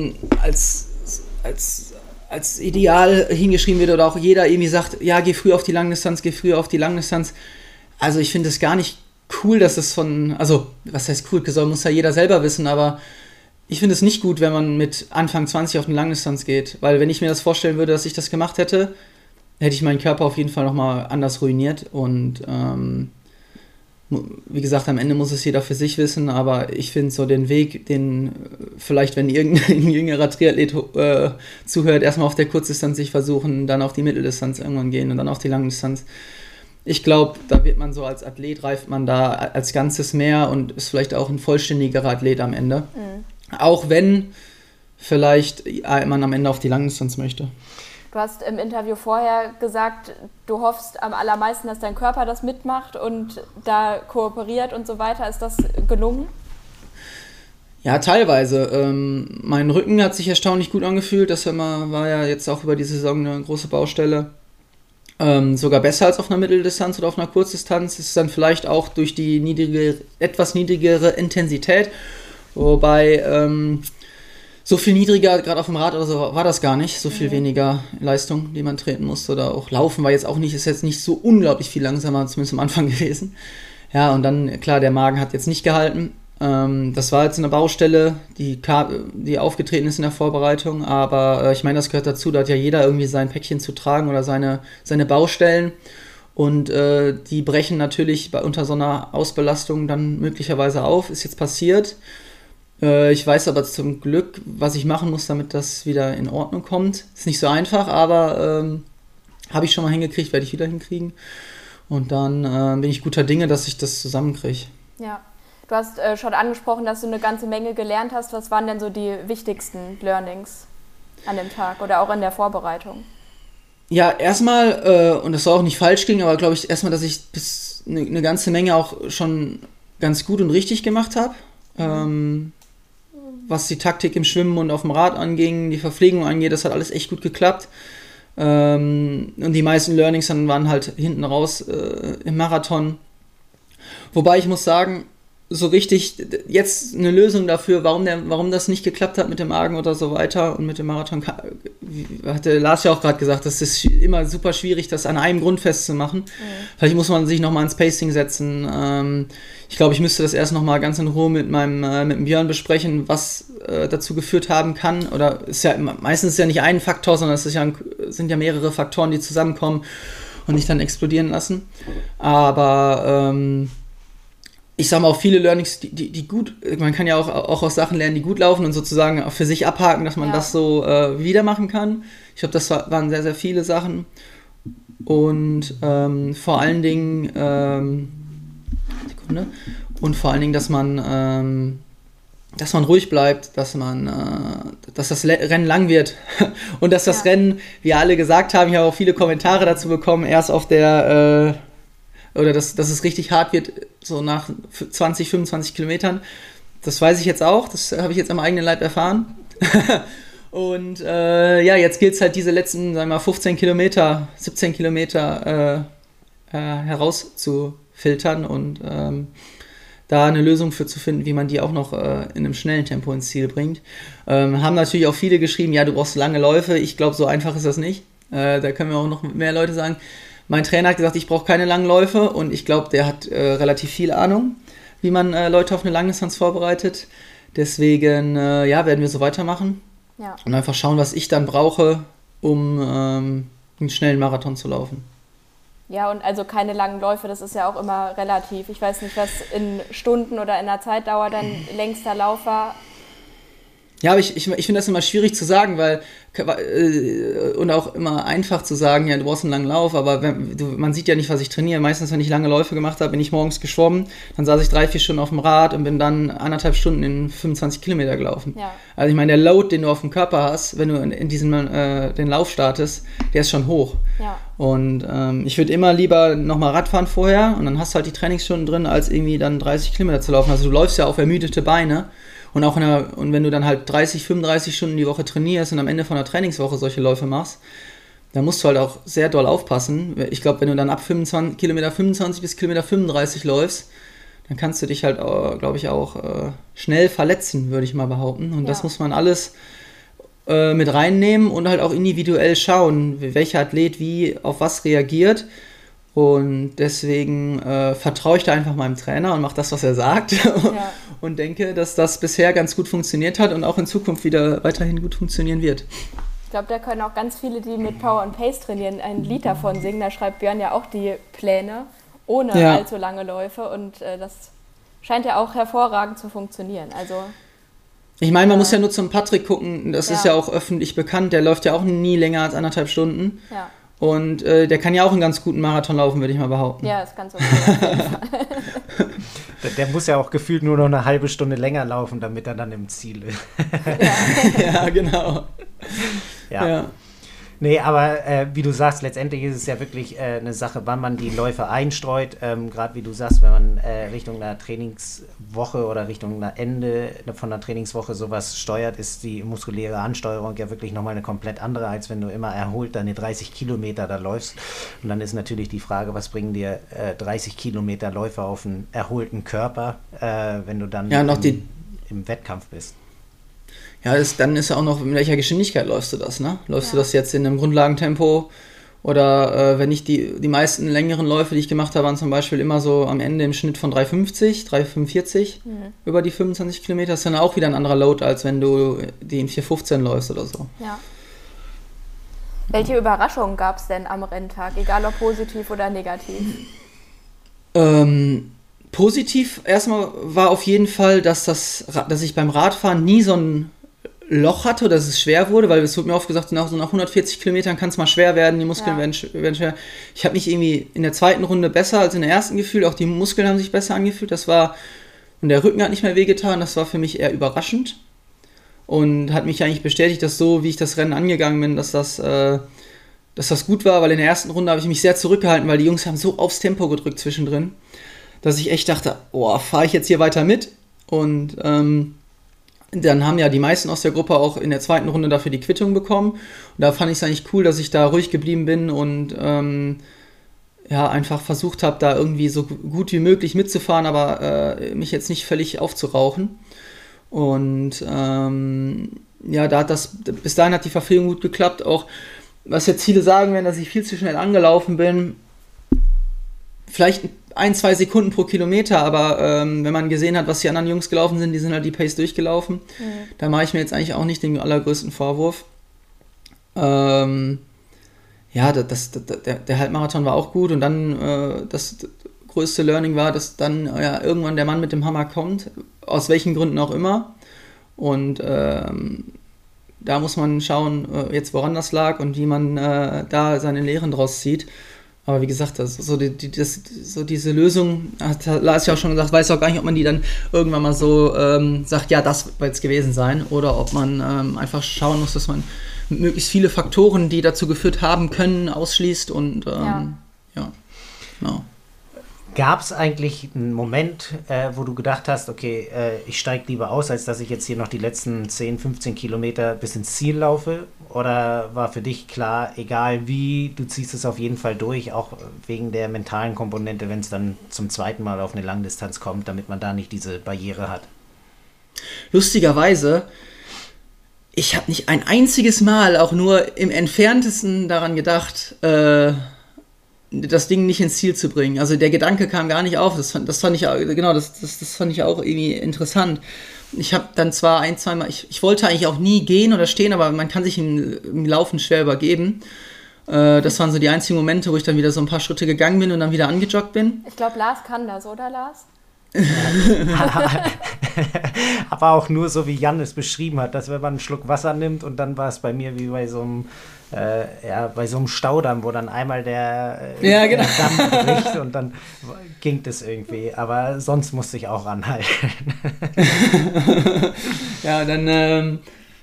[SPEAKER 3] Ideal hingeschrieben wird oder auch jeder irgendwie sagt, ja, geh früh auf die Langdistanz. Also ich finde es gar nicht cool, dass es was heißt cool, muss ja jeder selber wissen, aber ich finde es nicht gut, wenn man mit Anfang 20 auf eine Langdistanz geht, weil wenn ich mir das vorstellen würde, dass ich das gemacht hätte, hätte ich meinen Körper auf jeden Fall nochmal anders ruiniert und wie gesagt, am Ende muss es jeder für sich wissen, aber ich finde so den Weg, den vielleicht, wenn irgendein jüngerer Triathlet zuhört, erstmal auf der Kurzdistanz sich versuchen, dann auf die Mitteldistanz irgendwann gehen und dann auf die Langdistanz. Ich glaube, da wird man so als Athlet, reift man da als Ganzes mehr und ist vielleicht auch ein vollständigerer Athlet am Ende. Mhm. Auch wenn vielleicht man am Ende auf die Langdistanz möchte.
[SPEAKER 1] Du hast im Interview vorher gesagt, du hoffst am allermeisten, dass dein Körper das mitmacht und da kooperiert und so weiter. Ist das gelungen?
[SPEAKER 3] Ja, teilweise. Mein Rücken hat sich erstaunlich gut angefühlt. Das war ja jetzt auch über die Saison eine große Baustelle. Sogar besser als auf einer Mitteldistanz oder auf einer Kurzdistanz. Es ist dann vielleicht auch durch die etwas niedrigere Intensität. Wobei so viel niedriger, gerade auf dem Rad oder so, war das gar nicht. So viel weniger Leistung, die man treten musste. Oder auch Laufen ist jetzt nicht so unglaublich viel langsamer, zumindest am Anfang gewesen. Ja, und dann, klar, der Magen hat jetzt nicht gehalten. Das war jetzt eine Baustelle, die aufgetreten ist in der Vorbereitung. Aber ich meine, das gehört dazu. Da hat ja jeder irgendwie sein Päckchen zu tragen oder seine Baustellen. Und die brechen natürlich unter so einer Ausbelastung dann möglicherweise auf. Ist jetzt passiert. Ich weiß aber zum Glück, was ich machen muss, damit das wieder in Ordnung kommt. Ist nicht so einfach, aber habe ich schon mal hingekriegt, werde ich wieder hinkriegen. Und dann bin ich guter Dinge, dass ich das zusammenkriege.
[SPEAKER 1] Ja, du hast schon angesprochen, dass du eine ganze Menge gelernt hast. Was waren denn so die wichtigsten Learnings an dem Tag oder auch in der Vorbereitung?
[SPEAKER 3] Ja, erstmal, und das soll auch nicht falsch klingen, aber glaube ich erstmal, dass ich eine ganze Menge auch schon ganz gut und richtig gemacht habe. Was die Taktik im Schwimmen und auf dem Rad anging, die Verpflegung angeht, das hat alles echt gut geklappt. Und die meisten Learnings dann waren halt hinten raus im Marathon. Wobei ich muss sagen, so richtig jetzt eine Lösung dafür, warum das nicht geklappt hat mit dem Magen oder so weiter und mit dem Marathon, hatte Lars ja auch gerade gesagt, das ist immer super schwierig, das an einem Grund festzumachen. Vielleicht muss man sich nochmal ins Pacing setzen. Ich glaube, ich müsste das erst nochmal ganz in Ruhe mit dem Björn besprechen, was dazu geführt haben kann. Oder ist ja meistens ja nicht ein Faktor, sondern sind ja mehrere Faktoren, die zusammenkommen und nicht dann explodieren lassen. Aber ich sage mal, auch viele Learnings, die gut, man kann ja auch aus Sachen lernen, die gut laufen und sozusagen auch für sich abhaken, dass man das so wieder machen kann. Ich glaube, das waren sehr, sehr viele Sachen. Und vor allen Dingen, dass man ruhig bleibt, dass das Rennen lang wird und dass das Rennen, wie alle gesagt haben, ich habe auch viele Kommentare dazu bekommen, erst auf der oder dass es richtig hart wird, so nach 20, 25 Kilometern. Das weiß ich jetzt auch, das habe ich jetzt am eigenen Leib erfahren. Und jetzt gilt es halt diese letzten, sagen wir mal, 15 Kilometer, 17 Kilometer herauszufiltern und da eine Lösung für zu finden, wie man die auch noch in einem schnellen Tempo ins Ziel bringt. Haben natürlich auch viele geschrieben, ja, du brauchst lange Läufe. Ich glaube, so einfach ist das nicht. Da können wir auch noch mehr Leute sagen. Mein Trainer hat gesagt, ich brauche keine langen Läufe und ich glaube, der hat relativ viel Ahnung, wie man Leute auf eine Langdistanz vorbereitet. Deswegen, werden wir so weitermachen und einfach schauen, was ich dann brauche, um einen schnellen Marathon zu laufen.
[SPEAKER 1] Ja, und also keine langen Läufe, das ist ja auch immer relativ. Ich weiß nicht, was in Stunden oder in der Zeitdauer dein längster Lauf war.
[SPEAKER 3] Ja, aber ich finde das immer schwierig zu sagen, und auch immer einfach zu sagen, ja, du brauchst einen langen Lauf, aber man sieht ja nicht, was ich trainiere. Meistens, wenn ich lange Läufe gemacht habe, bin ich morgens geschwommen, dann saß ich 3-4 Stunden auf dem Rad und bin dann 1,5 Stunden in 25 Kilometer gelaufen. Ja. Also ich meine, der Load, den du auf dem Körper hast, wenn du in diesem den Lauf startest, der ist schon hoch. Ja. Und ich würde immer lieber nochmal Radfahren vorher und dann hast du halt die Trainingsstunden drin, als irgendwie dann 30 Kilometer zu laufen. Also du läufst ja auf ermüdete Beine. Und und wenn du dann halt 30, 35 Stunden die Woche trainierst und am Ende von der Trainingswoche solche Läufe machst, dann musst du halt auch sehr doll aufpassen. Ich glaube, wenn du dann ab Kilometer 25 bis Kilometer 35 läufst, dann kannst du dich halt, glaube ich, auch schnell verletzen, würde ich mal behaupten. Und das muss man alles mit reinnehmen und halt auch individuell schauen, welcher Athlet wie auf was reagiert. Und deswegen vertraue ich da einfach meinem Trainer und mache das, was er sagt und denke, dass das bisher ganz gut funktioniert hat und auch in Zukunft wieder weiterhin gut funktionieren wird.
[SPEAKER 1] Ich glaube, da können auch ganz viele, die mit Power and Pace trainieren, ein Lied davon singen. Da schreibt Björn ja auch die Pläne ohne allzu lange Läufe und das scheint ja auch hervorragend zu funktionieren. Also
[SPEAKER 3] ich meine, man muss ja nur zum Patrick gucken, das ist ja auch öffentlich bekannt, der läuft ja auch nie länger als 1,5 Stunden. Ja. Und der kann ja auch einen ganz guten Marathon laufen, würde ich mal behaupten.
[SPEAKER 1] Ja, ist ganz okay.
[SPEAKER 2] Der muss ja auch gefühlt nur noch eine halbe Stunde länger laufen, damit er dann im Ziel ist.
[SPEAKER 3] Ja, genau.
[SPEAKER 2] Ja. Nee, aber wie du sagst, letztendlich ist es ja wirklich eine Sache, wann man die Läufe einstreut. Gerade wie du sagst, wenn man Richtung einer Trainingswoche oder Richtung einer Ende von einer Trainingswoche sowas steuert, ist die muskuläre Ansteuerung ja wirklich nochmal eine komplett andere, als wenn du immer erholt deine 30 Kilometer da läufst. Und dann ist natürlich die Frage, was bringen dir 30 Kilometer Läufe auf einen erholten Körper, wenn du dann im Wettkampf bist.
[SPEAKER 3] Ja, dann ist ja auch noch, in welcher Geschwindigkeit läufst du das, ne? Läufst du das jetzt in einem Grundlagentempo oder wenn ich die meisten längeren Läufe, die ich gemacht habe, waren zum Beispiel immer so am Ende im Schnitt von 3,50, 3,45 über die 25 Kilometer. Das ist dann auch wieder ein anderer Load, als wenn du die in 4,15 läufst oder so.
[SPEAKER 1] Ja. Welche Überraschungen gab es denn am Renntag, egal ob positiv oder negativ?
[SPEAKER 3] Positiv erstmal war auf jeden Fall, dass ich beim Radfahren nie so ein Loch hatte, dass es schwer wurde, weil es wurde mir oft gesagt, nach 140 Kilometern kann es mal schwer werden, die Muskeln werden schwer. Ich habe mich irgendwie in der zweiten Runde besser als in der ersten gefühlt, auch die Muskeln haben sich besser angefühlt, und der Rücken hat nicht mehr wehgetan, das war für mich eher überraschend und hat mich eigentlich bestätigt, dass so, wie ich das Rennen angegangen bin, dass das gut war, weil in der ersten Runde habe ich mich sehr zurückgehalten, weil die Jungs haben so aufs Tempo gedrückt zwischendrin, dass ich echt dachte, fahre ich jetzt hier weiter mit? Und dann haben ja die meisten aus der Gruppe auch in der zweiten Runde dafür die Quittung bekommen. Und da fand ich es eigentlich cool, dass ich da ruhig geblieben bin und einfach versucht habe, da irgendwie so gut wie möglich mitzufahren, aber mich jetzt nicht völlig aufzurauchen. Und bis dahin hat die Verpflegung gut geklappt. Auch was jetzt viele sagen werden, dass ich viel zu schnell angelaufen bin. Vielleicht 1-2 Sekunden pro Kilometer, aber wenn man gesehen hat, was die anderen Jungs gelaufen sind, die sind halt die Pace durchgelaufen. Da mache ich mir jetzt eigentlich auch nicht den allergrößten Vorwurf. Der Halbmarathon war auch gut und dann das größte Learning war, dass dann irgendwann der Mann mit dem Hammer kommt, aus welchen Gründen auch immer. Und da muss man schauen, jetzt woran das lag und wie man da seine Lehren draus zieht. Aber wie gesagt, diese Lösung, hat Lars ja auch schon gesagt, weiß auch gar nicht, ob man die dann irgendwann mal so sagt, ja, das wird es gewesen sein, oder ob man einfach schauen muss, dass man möglichst viele Faktoren, die dazu geführt haben können, ausschließt und genau.
[SPEAKER 2] Gab es eigentlich einen Moment, wo du gedacht hast, okay, ich steige lieber aus, als dass ich jetzt hier noch die letzten 10, 15 Kilometer bis ins Ziel laufe? Oder war für dich klar, egal wie, du ziehst es auf jeden Fall durch, auch wegen der mentalen Komponente, wenn es dann zum zweiten Mal auf eine Langdistanz kommt, damit man da nicht diese Barriere hat?
[SPEAKER 3] Lustigerweise, ich habe nicht ein einziges Mal auch nur im Entferntesten daran gedacht, das Ding nicht ins Ziel zu bringen. Also der Gedanke kam gar nicht auf. Das fand ich auch irgendwie interessant. Ich habe dann zwar ein, zweimal, ich wollte eigentlich auch nie gehen oder stehen, aber man kann sich im Laufen schwer übergeben. Das waren so die einzigen Momente, wo ich dann wieder so ein paar Schritte gegangen bin und dann wieder angejoggt bin.
[SPEAKER 1] Ich glaube, Lars kann das, oder Lars?
[SPEAKER 2] Aber auch nur so, wie Jan es beschrieben hat, dass wenn man einen Schluck Wasser nimmt und dann war es bei mir wie bei so einem Staudamm, wo dann einmal der Damm bricht und dann ging das irgendwie. Aber sonst musste ich auch ranhalten.
[SPEAKER 3] Ja, dann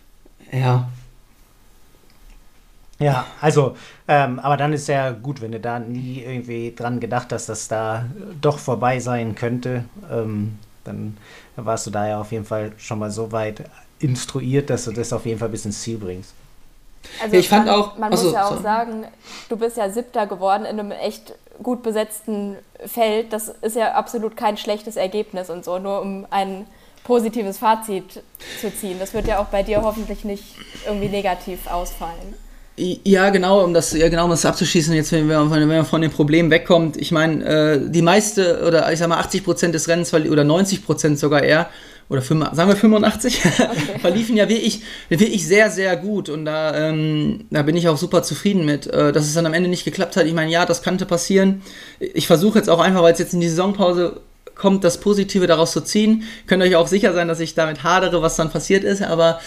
[SPEAKER 2] Ja, also, aber dann ist ja gut, wenn du da nie irgendwie dran gedacht hast, dass das da doch vorbei sein könnte, dann warst du da ja auf jeden Fall schon mal so weit instruiert, dass du das auf jeden Fall bis ins Ziel bringst.
[SPEAKER 1] Also man muss ja auch sagen, du bist ja 7. geworden in einem echt gut besetzten Feld. Das ist ja absolut kein schlechtes Ergebnis und so, nur um ein positives Fazit zu ziehen. Das wird ja auch bei dir hoffentlich nicht irgendwie negativ ausfallen.
[SPEAKER 3] Ja, genau, um das abzuschließen, jetzt wenn man von dem Problem wegkommt, ich meine, die meiste, oder ich sag mal 80% des Rennens, oder 90% sogar eher, oder sagen wir 85, okay. Verliefen ja wirklich sehr, sehr gut und da bin ich auch super zufrieden mit, dass es dann am Ende nicht geklappt hat. Ich meine, ja, das könnte passieren. Ich versuche jetzt auch einfach, weil es jetzt in die Saisonpause kommt, das Positive daraus zu ziehen. Könnt euch auch sicher sein, dass ich damit hadere, was dann passiert ist, aber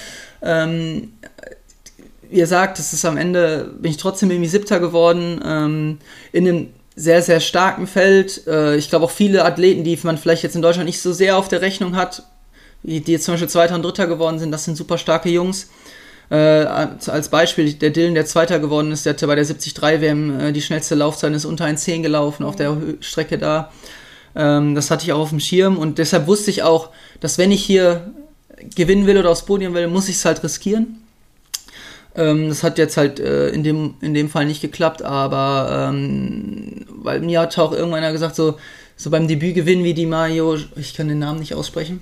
[SPEAKER 3] wie ihr sagt, das ist am Ende, bin ich trotzdem irgendwie 7. geworden, in einem sehr, sehr starken Feld. Ich glaube auch viele Athleten, die man vielleicht jetzt in Deutschland nicht so sehr auf der Rechnung hat, die jetzt zum Beispiel 2. und 3. geworden sind, das sind super starke Jungs. Als Beispiel, der Dylan, der 2. geworden ist, der hatte bei der 73-WM die schnellste Laufzeit, ist unter 1,10 gelaufen auf der Strecke da. Das hatte ich auch auf dem Schirm und deshalb wusste ich auch, dass wenn ich hier gewinnen will oder aufs Podium will, muss ich es halt riskieren. Das hat jetzt halt in dem Fall nicht geklappt, aber weil mir hat auch irgendwann einer gesagt, so beim Debütgewinn wie die Mario, ich kann den Namen nicht aussprechen.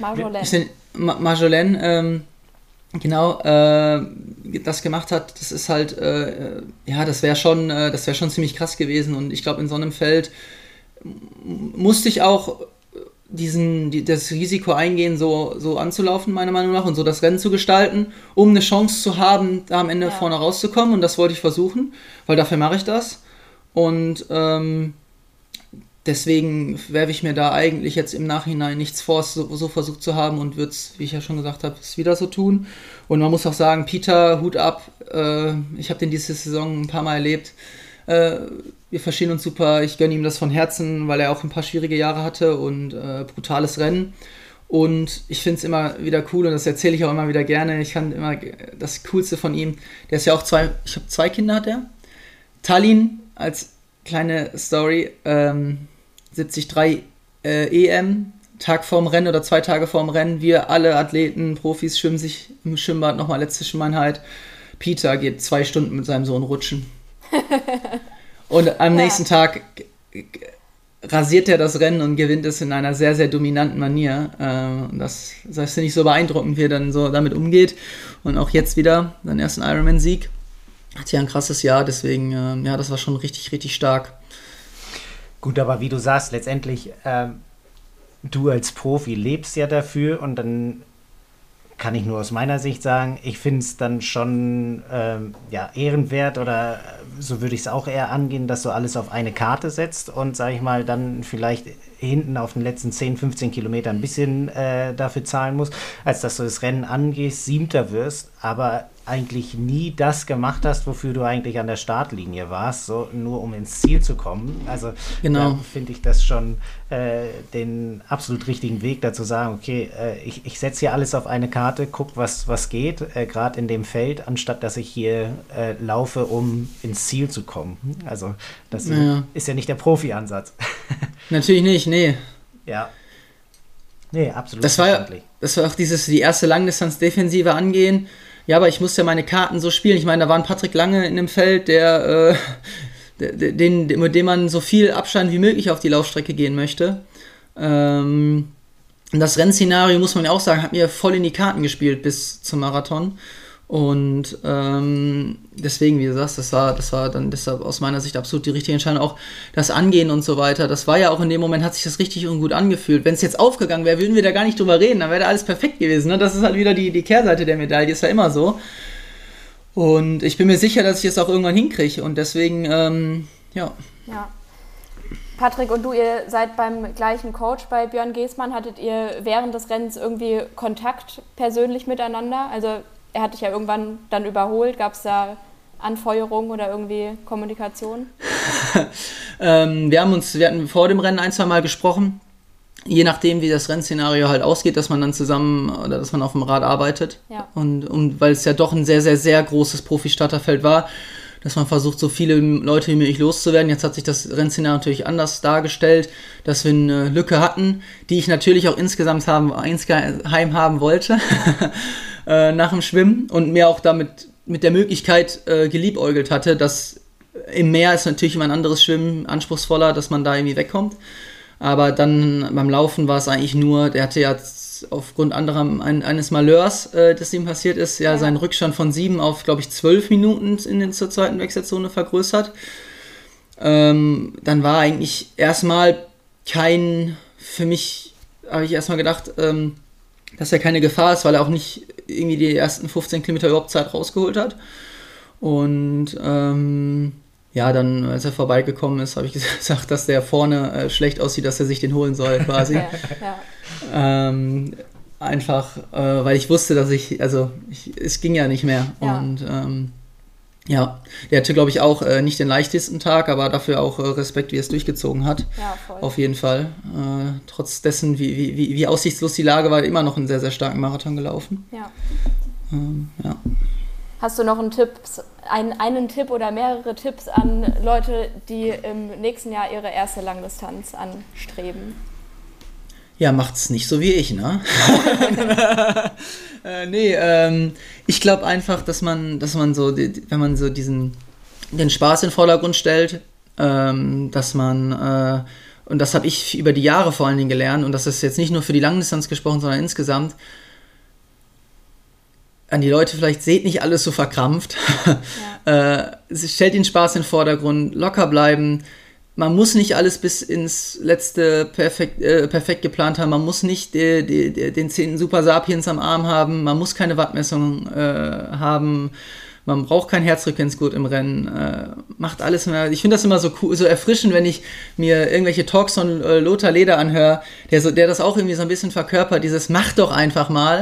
[SPEAKER 3] Marjolaine, genau, das gemacht hat, das ist halt, das wäre schon ziemlich krass gewesen und ich glaube, in so einem Feld musste ich auch das Risiko eingehen, so anzulaufen, meiner Meinung nach, und so das Rennen zu gestalten, um eine Chance zu haben, da am Ende vorne rauszukommen. Und das wollte ich versuchen, weil dafür mache ich das. Und deswegen werfe ich mir da eigentlich jetzt im Nachhinein nichts vor, es so versucht zu haben und würde es, wie ich ja schon gesagt habe, es wieder so tun. Und man muss auch sagen, Peter, Hut ab. Ich habe den diese Saison ein paar Mal erlebt. Wir verstehen uns super, ich gönne ihm das von Herzen, weil er auch ein paar schwierige Jahre hatte und brutales Rennen. Und ich finde es immer wieder cool und das erzähle ich auch immer wieder gerne. Ich fand immer das Coolste von ihm, der ist ja auch ich habe 2 Kinder, hat er. Tallinn, als kleine Story, 73 EM, Tag vorm Rennen oder 2 Tage vorm Rennen, wir alle Athleten, Profis schwimmen sich im Schwimmbad nochmal letzte Schwimmeinheit. Peter geht 2 Stunden mit seinem Sohn rutschen. Und am nächsten Tag rasiert er das Rennen und gewinnt es in einer sehr, sehr dominanten Manier. Das finde ich so beeindruckend, wie er dann so damit umgeht. Und auch jetzt wieder seinen ersten Ironman-Sieg. Hat ja ein krasses Jahr, deswegen, das war schon richtig, richtig stark.
[SPEAKER 2] Gut, aber wie du sagst, letztendlich, du als Profi lebst ja dafür und dann kann ich nur aus meiner Sicht sagen, ich finde es dann schon ehrenwert oder so würde ich es auch eher angehen, dass du alles auf eine Karte setzt und, sage ich mal, dann vielleicht hinten auf den letzten 10, 15 Kilometer ein bisschen dafür zahlen musst, als dass du das Rennen angehst, 7. wirst, aber eigentlich nie das gemacht hast, wofür du eigentlich an der Startlinie warst, so nur um ins Ziel zu kommen. Also
[SPEAKER 3] genau.
[SPEAKER 2] Da finde ich das schon den absolut richtigen Weg, dazu sagen, okay, ich setze hier alles auf eine Karte, guck, was geht, gerade in dem Feld, anstatt dass ich hier laufe, um ins Ziel zu kommen. Also das ist ja nicht der Profi-Ansatz.
[SPEAKER 3] Natürlich nicht, nee.
[SPEAKER 2] Ja. Nee, absolut.
[SPEAKER 3] Das war auch die erste Langdistanz-Defensive angehen. Ja, aber ich musste ja meine Karten so spielen. Ich meine, da war ein Patrick Lange in dem Feld, mit dem man so viel Abstand wie möglich auf die Laufstrecke gehen möchte. Und das Rennszenario, muss man ja auch sagen, hat mir voll in die Karten gespielt bis zum Marathon. Und deswegen, wie du sagst, das war dann deshalb aus meiner Sicht absolut die richtige Entscheidung. Auch das Angehen und so weiter, das war ja auch in dem Moment, hat sich das richtig und gut angefühlt. Wenn es jetzt aufgegangen wäre, würden wir da gar nicht drüber reden, dann wäre da alles perfekt gewesen. Ne? Das ist halt wieder die Kehrseite der Medaille, ist ja immer so. Und ich bin mir sicher, dass ich es auch irgendwann hinkriege. Und deswegen, ja.
[SPEAKER 1] Patrick und du, ihr seid beim gleichen Coach bei Björn Geßmann. Hattet ihr während des Rennens irgendwie Kontakt persönlich miteinander? Also er hat dich ja irgendwann dann überholt. Gab es da Anfeuerung oder irgendwie Kommunikation?
[SPEAKER 3] Wir hatten vor dem Rennen 1-2 Mal gesprochen. Je nachdem, wie das Rennszenario halt ausgeht, dass man dann zusammen oder dass man auf dem Rad arbeitet. Ja. Und weil es ja doch ein sehr, sehr, sehr großes Profi-Starterfeld war, dass man versucht, so viele Leute wie möglich loszuwerden. Jetzt hat sich das Rennszenario natürlich anders dargestellt, dass wir eine Lücke hatten, die ich natürlich auch insgeheim haben wollte nach dem Schwimmen und mir auch damit mit der Möglichkeit geliebäugelt hatte, dass im Meer ist natürlich immer ein anderes Schwimmen anspruchsvoller, dass man da irgendwie wegkommt. Aber dann beim Laufen war es eigentlich nur, der hatte ja aufgrund eines Malheurs, das ihm passiert ist, seinen Rückstand von 7 auf, glaube ich, 12 Minuten zur zweiten Wechselzone vergrößert. Dann war eigentlich erstmal für mich habe ich erstmal gedacht, dass er keine Gefahr ist, weil er auch nicht irgendwie die ersten 15 Kilometer überhaupt Zeit rausgeholt hat. Und dann, als er vorbeigekommen ist, habe ich gesagt, dass der vorne schlecht aussieht, dass er sich den holen soll, quasi. Einfach, weil ich wusste, dass es ging ja nicht mehr. Ja. Und der hatte, glaube ich, auch nicht den leichtesten Tag, aber dafür auch Respekt, wie er es durchgezogen hat. Ja, voll. Auf jeden Fall. Trotz dessen, wie aussichtslos die Lage war, immer noch einen sehr, sehr starken Marathon gelaufen. Ja.
[SPEAKER 1] Hast du noch einen Tipp oder mehrere Tipps an Leute, die im nächsten Jahr ihre erste Langdistanz anstreben?
[SPEAKER 3] Ja, macht's nicht so wie ich, ne? Ich glaube einfach, dass man so, wenn man so den Spaß in den Vordergrund stellt, dass man, und das habe ich über die Jahre vor allen Dingen gelernt, und das ist jetzt nicht nur für die Langdistanz gesprochen, sondern insgesamt, an die Leute, vielleicht seht nicht alles so verkrampft. Stellt den Spaß in den Vordergrund, locker bleiben. Man muss nicht alles bis ins letzte perfekt geplant haben. Man muss nicht den 10. Super Sapiens am Arm haben. Man muss keine Wattmessung haben. Man braucht kein Herzfrequenzgurt im Rennen. Macht alles mehr. Ich finde das immer so cool, so erfrischend, wenn ich mir irgendwelche Talks von Lothar Leder anhöre, der das auch irgendwie so ein bisschen verkörpert. Dieses mach doch einfach mal.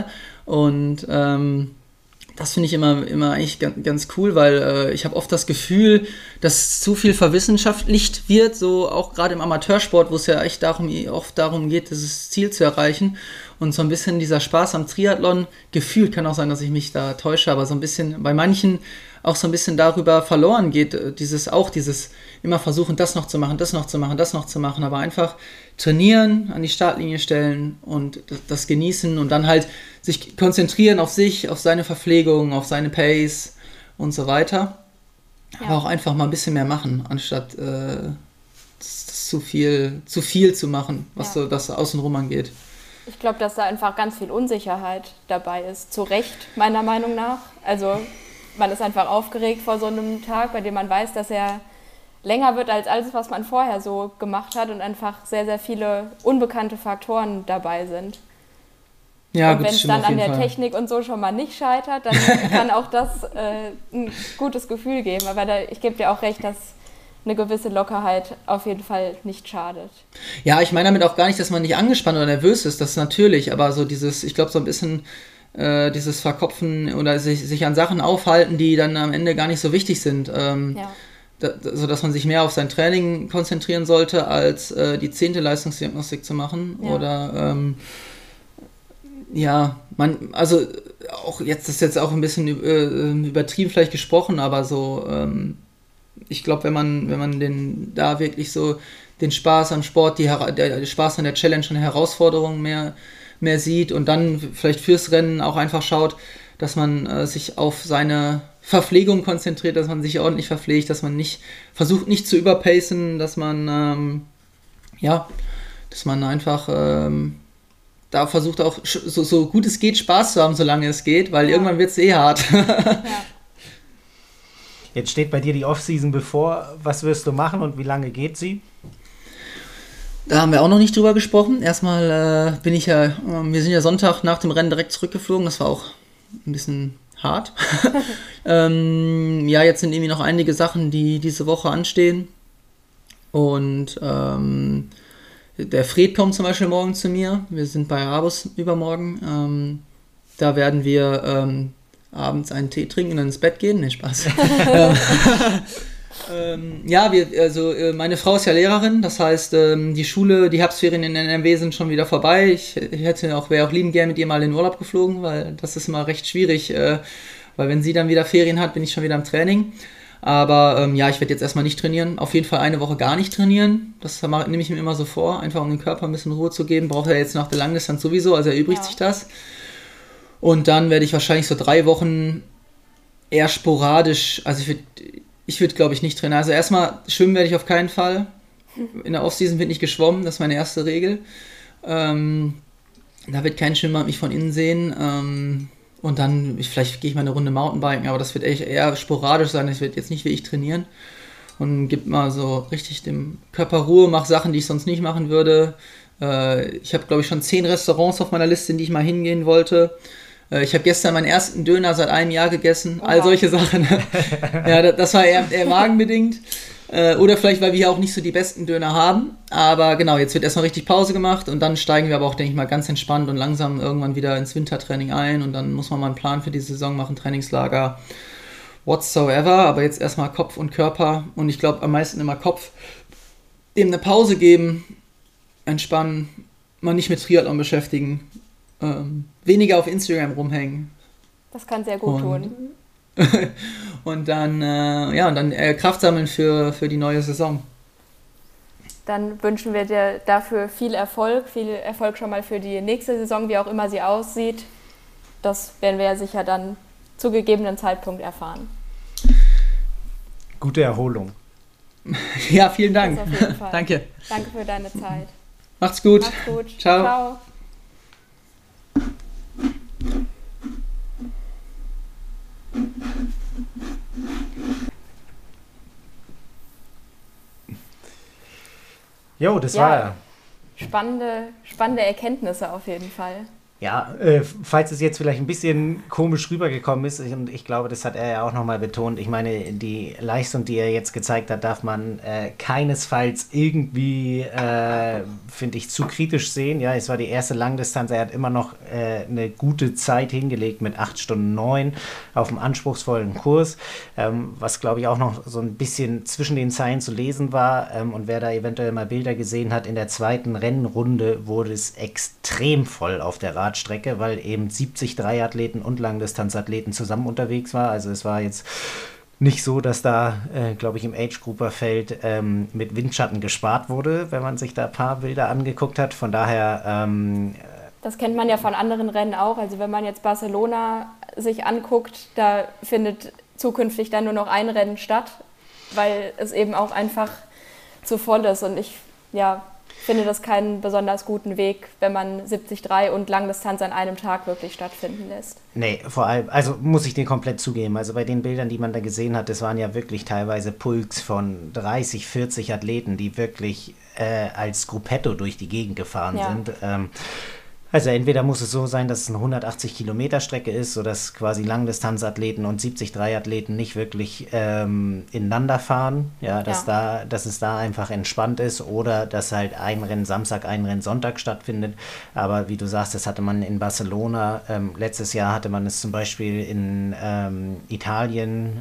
[SPEAKER 3] Und das finde ich immer eigentlich ganz cool, weil ich habe oft das Gefühl, dass zu viel verwissenschaftlicht wird, so auch gerade im Amateursport, wo es ja echt oft darum geht, dieses Ziel zu erreichen. Und so ein bisschen dieser Spaß am Triathlon, gefühlt, kann auch sein, dass ich mich da täusche, aber so ein bisschen bei manchen auch so ein bisschen darüber verloren geht, dieses immer versuchen, das noch zu machen, das noch zu machen, das noch zu machen, aber einfach trainieren, an die Startlinie stellen und das genießen und dann halt sich konzentrieren auf sich, auf seine Verpflegung, auf seine Pace und so weiter. Ja. Aber auch einfach mal ein bisschen mehr machen, anstatt das zu viel zu machen, was so das Außenrum angeht.
[SPEAKER 1] Ich glaube, dass da einfach ganz viel Unsicherheit dabei ist. Zu Recht, meiner Meinung nach. Also man ist einfach aufgeregt vor so einem Tag, bei dem man weiß, dass er länger wird als alles, was man vorher so gemacht hat und einfach sehr, sehr viele unbekannte Faktoren dabei sind. Ja, und wenn es dann an der Technik und so schon mal nicht scheitert, dann kann auch das ein gutes Gefühl geben. Aber ich gebe dir auch recht, dass eine gewisse Lockerheit auf jeden Fall nicht schadet.
[SPEAKER 3] Ja, ich meine damit auch gar nicht, dass man nicht angespannt oder nervös ist, das ist natürlich, aber so ich glaube so ein bisschen dieses Verkopfen oder sich an Sachen aufhalten, die dann am Ende gar nicht so wichtig sind. So dass man sich mehr auf sein Training konzentrieren sollte, als die 10. Leistungsdiagnostik zu machen. Ja. Also auch jetzt, das ist jetzt auch ein bisschen übertrieben vielleicht gesprochen, aber so ich glaube, wenn man da wirklich so den Spaß am Sport, der Spaß an der Challenge und der Herausforderung mehr sieht und dann vielleicht fürs Rennen auch einfach schaut, dass man sich auf seine Verpflegung konzentriert, dass man sich ordentlich verpflegt, dass man versucht nicht zu überpacen, dass man einfach da versucht auch so gut es geht Spaß zu haben, solange es geht, weil irgendwann wird es hart. Ja.
[SPEAKER 2] Jetzt steht bei dir die Offseason bevor. Was wirst du machen und wie lange geht sie?
[SPEAKER 3] Da haben wir auch noch nicht drüber gesprochen. Erstmal wir sind ja Sonntag nach dem Rennen direkt zurückgeflogen. Das war auch ein bisschen hart. Jetzt sind irgendwie noch einige Sachen, die diese Woche anstehen. Und der Fred kommt zum Beispiel morgen zu mir. Wir sind bei Arabus übermorgen. Da werden wir abends einen Tee trinken und dann ins Bett gehen. Nee, Spaß. Meine Frau ist ja Lehrerin, das heißt, die Schule, die Herbstferien in NRW sind schon wieder vorbei. Ich wäre auch liebend gern mit ihr mal in den Urlaub geflogen, weil das ist immer recht schwierig, weil wenn sie dann wieder Ferien hat, bin ich schon wieder im Training. Aber ich werde jetzt erstmal nicht trainieren, auf jeden Fall eine Woche gar nicht trainieren. Das nehme ich mir immer so vor, einfach um dem Körper ein bisschen Ruhe zu geben. Braucht er jetzt nach der Langdistanz sowieso, also erübrigt sich das. Und dann werde ich wahrscheinlich so 3 Wochen eher sporadisch, also ich würde glaube ich nicht trainieren. Also erstmal schwimmen werde ich auf keinen Fall. In der Offseason wird nicht geschwommen, das ist meine erste Regel. Da wird kein Schwimmer mich von innen sehen. Und dann, vielleicht gehe ich mal eine Runde Mountainbiken, aber das wird echt eher sporadisch sein. Das wird jetzt nicht wie ich trainieren. Und gibt mal so richtig dem Körper Ruhe, mache Sachen, die ich sonst nicht machen würde. Ich habe glaube ich schon 10 Restaurants auf meiner Liste, in die ich mal hingehen wollte. Ich habe gestern meinen ersten Döner seit einem Jahr gegessen, all solche Sachen. Ja, das war eher magenbedingt. Oder vielleicht, weil wir hier auch nicht so die besten Döner haben. Aber genau, jetzt wird erstmal richtig Pause gemacht und dann steigen wir aber auch, denke ich mal, ganz entspannt und langsam irgendwann wieder ins Wintertraining ein und dann muss man mal einen Plan für die Saison machen, Trainingslager, whatsoever. Aber jetzt erstmal Kopf und Körper und ich glaube am meisten immer Kopf. Dem eine Pause geben, entspannen, mal nicht mit Triathlon beschäftigen. Weniger auf Instagram rumhängen.
[SPEAKER 1] Das kann sehr gut tun.
[SPEAKER 3] Und dann, Kraft sammeln für die neue Saison.
[SPEAKER 1] Dann wünschen wir dir dafür viel Erfolg schon mal für die nächste Saison, wie auch immer sie aussieht. Das werden wir ja sicher dann zu gegebenen Zeitpunkt erfahren.
[SPEAKER 2] Gute Erholung.
[SPEAKER 3] Ja, vielen Dank.
[SPEAKER 1] Das auf jeden Fall.
[SPEAKER 3] Danke.
[SPEAKER 1] Danke für deine Zeit.
[SPEAKER 3] Macht's gut.
[SPEAKER 1] Macht's gut.
[SPEAKER 3] Ciao.
[SPEAKER 1] Ciao.
[SPEAKER 2] Jo, das war
[SPEAKER 1] spannende Erkenntnisse auf jeden Fall.
[SPEAKER 2] Ja, falls es jetzt vielleicht ein bisschen komisch rübergekommen ist, und ich glaube, das hat er ja auch nochmal betont, ich meine, die Leistung, die er jetzt gezeigt hat, darf man keinesfalls irgendwie, finde ich, zu kritisch sehen. Ja, es war die erste Langdistanz, er hat immer noch eine gute Zeit hingelegt mit 8 Stunden 9 auf einem anspruchsvollen Kurs, was, glaube ich, auch noch so ein bisschen zwischen den Zeilen zu lesen war. Und wer da eventuell mal Bilder gesehen hat, in der zweiten Rennrunde wurde es extrem voll auf der Radstrecke, weil eben 70 Athleten und Langdistanzathleten zusammen unterwegs war. Also es war jetzt nicht so, dass da, glaube ich, im Age-Grouper-Feld mit Windschatten gespart wurde, wenn man sich da ein paar Bilder angeguckt hat. Von daher...
[SPEAKER 1] das kennt man ja von anderen Rennen auch. Also wenn man jetzt Barcelona sich anguckt, da findet zukünftig dann nur noch ein Rennen statt, weil es eben auch einfach zu voll ist. Und ich finde das keinen besonders guten Weg, wenn man 73 und Langdistanz an einem Tag wirklich stattfinden lässt.
[SPEAKER 2] Nee, vor allem, also muss ich dir komplett zugeben, also bei den Bildern, die man da gesehen hat, das waren ja wirklich teilweise Pulks von 30, 40 Athleten, die wirklich als Gruppetto durch die Gegend gefahren sind. Also entweder muss es so sein, dass es eine 180 Kilometer Strecke ist, sodass quasi Langdistanzathleten und 73 Athleten nicht wirklich ineinander fahren, dass es da einfach entspannt ist, oder dass halt ein Rennen Samstag, ein Rennen Sonntag stattfindet. Aber wie du sagst, das hatte man in Barcelona, letztes Jahr hatte man es zum Beispiel in Italien,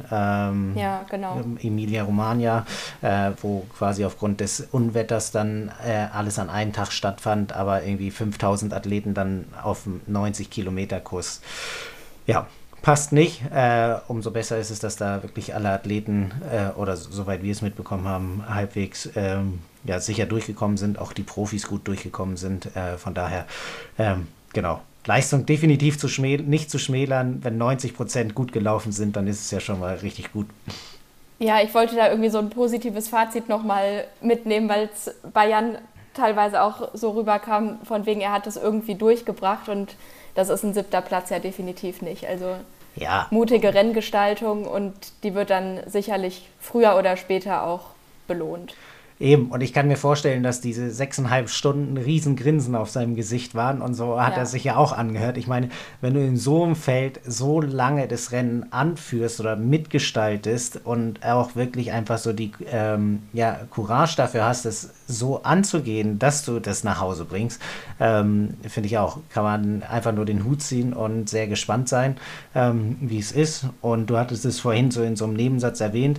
[SPEAKER 2] Emilia-Romagna, wo quasi aufgrund des Unwetters dann alles an einem Tag stattfand, aber irgendwie 5000 Athleten dann auf dem 90-Kilometer-Kurs. Ja, passt nicht. Umso besser ist es, dass da wirklich alle Athleten, oder soweit wir es mitbekommen haben, halbwegs sicher durchgekommen sind, auch die Profis gut durchgekommen sind. Von daher, genau. Leistung definitiv nicht zu schmälern. Wenn 90% gut gelaufen sind, dann ist es ja schon mal richtig gut.
[SPEAKER 1] Ja, ich wollte da irgendwie so ein positives Fazit nochmal mitnehmen, weil es bei Jan teilweise auch so rüberkam, von wegen, er hat das irgendwie durchgebracht, und das ist ein 7. Platz ja definitiv nicht. Also mutige Renngestaltung, und die wird dann sicherlich früher oder später auch belohnt.
[SPEAKER 2] Eben, und ich kann mir vorstellen, dass diese 6,5 Stunden Riesengrinsen auf seinem Gesicht waren, und so hat er sich ja auch angehört. Ich meine, wenn du in so einem Feld so lange das Rennen anführst oder mitgestaltest und auch wirklich einfach so die Courage dafür hast, es so anzugehen, dass du das nach Hause bringst, finde ich auch, kann man einfach nur den Hut ziehen und sehr gespannt sein, wie es ist. Und du hattest es vorhin so in so einem Nebensatz erwähnt,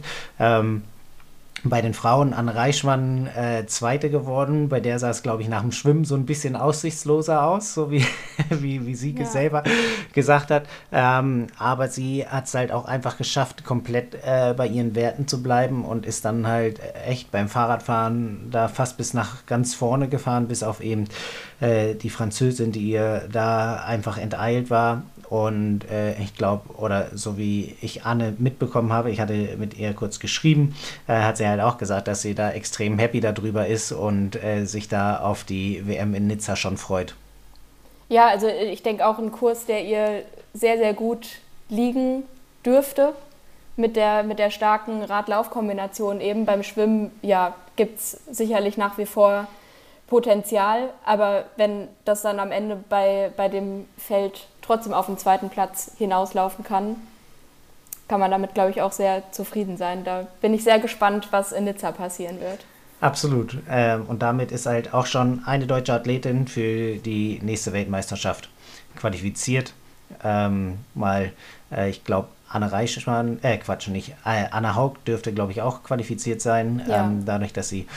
[SPEAKER 2] bei den Frauen Anne Reichmann Zweite geworden. Bei der sah es, glaube ich, nach dem Schwimmen so ein bisschen aussichtsloser aus, so wie sie selber gesagt hat. Aber sie hat es halt auch einfach geschafft, komplett bei ihren Werten zu bleiben, und ist dann halt echt beim Fahrradfahren da fast bis nach ganz vorne gefahren, bis auf eben die Französin, die ihr da einfach enteilt war. Und ich glaube, oder so wie ich Anne mitbekommen habe, ich hatte mit ihr kurz geschrieben, hat sie halt auch gesagt, dass sie da extrem happy darüber ist und sich da auf die WM in Nizza schon freut.
[SPEAKER 1] Ja, also ich denke auch ein Kurs, der ihr sehr, sehr gut liegen dürfte, mit der starken Rad-Lauf-Kombination eben. Beim Schwimmen, gibt es sicherlich nach wie vor Potenzial, aber wenn das dann am Ende bei dem Feld trotzdem auf den 2. Platz hinauslaufen kann man damit, glaube ich, auch sehr zufrieden sein. Da bin ich sehr gespannt, was in Nizza passieren wird.
[SPEAKER 2] Absolut. Und damit ist halt auch schon eine deutsche Athletin für die nächste Weltmeisterschaft qualifiziert. Ich glaube, Anne Reichmann, Anna Haug dürfte, glaube ich, auch qualifiziert sein, dadurch, dass sie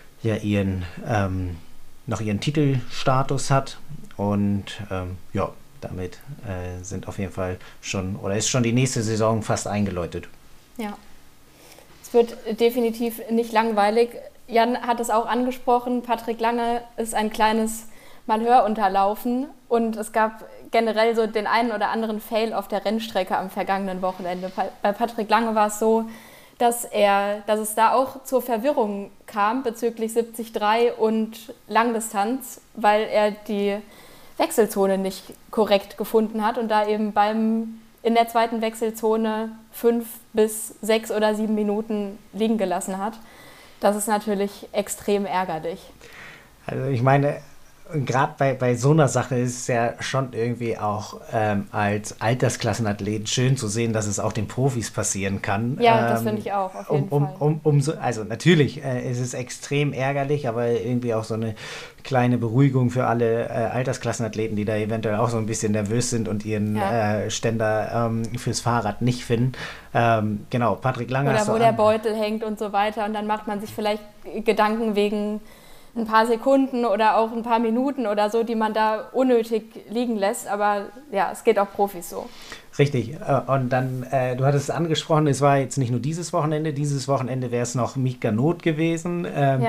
[SPEAKER 2] noch ihren Titelstatus hat, und damit sind auf jeden Fall ist schon die nächste Saison fast eingeläutet.
[SPEAKER 1] Ja, es wird definitiv nicht langweilig. Jan hat es auch angesprochen, Patrick Lange ist ein kleines Malheur unterlaufen, und es gab generell so den einen oder anderen Fail auf der Rennstrecke am vergangenen Wochenende. Bei Patrick Lange war es so, dass es da auch zur Verwirrung kam bezüglich 73 und Langdistanz, weil er die Wechselzone nicht korrekt gefunden hat und da eben in der zweiten Wechselzone 5 bis 6 oder 7 Minuten liegen gelassen hat. Das ist natürlich extrem ärgerlich.
[SPEAKER 2] Also ich meine, gerade bei so einer Sache ist es ja schon irgendwie auch als Altersklassenathlet schön zu sehen, dass es auch den Profis passieren kann.
[SPEAKER 1] Ja, das finde ich auch, auf jeden Fall.
[SPEAKER 2] Also natürlich ist es extrem ärgerlich, aber irgendwie auch so eine kleine Beruhigung für alle Altersklassenathleten, die da eventuell auch so ein bisschen nervös sind und ihren Ständer fürs Fahrrad nicht finden. Genau, Patrick Lange.
[SPEAKER 1] Oder wo der Beutel hängt und so weiter. Und dann macht man sich vielleicht Gedanken wegen ein paar Sekunden oder auch ein paar Minuten oder so, die man da unnötig liegen lässt. Aber ja, es geht auch Profis so.
[SPEAKER 2] Richtig. Und dann, du hattest es angesprochen, es war jetzt nicht nur dieses Wochenende wäre es noch Mika Not gewesen.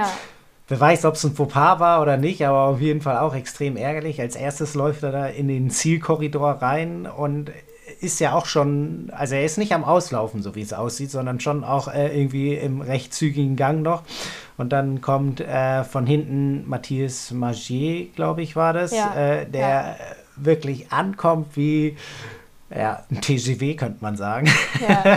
[SPEAKER 2] Wer weiß, ob es ein Fauxpas war oder nicht, aber auf jeden Fall auch extrem ärgerlich. Als erstes läuft er da in den Zielkorridor rein und ist ja auch schon, also er ist nicht am Auslaufen, so wie es aussieht, sondern schon auch irgendwie im recht zügigen Gang noch. Und dann kommt von hinten Matthias Magier, glaube ich, war das, der wirklich ankommt wie ein TGV, könnte man sagen. Ja.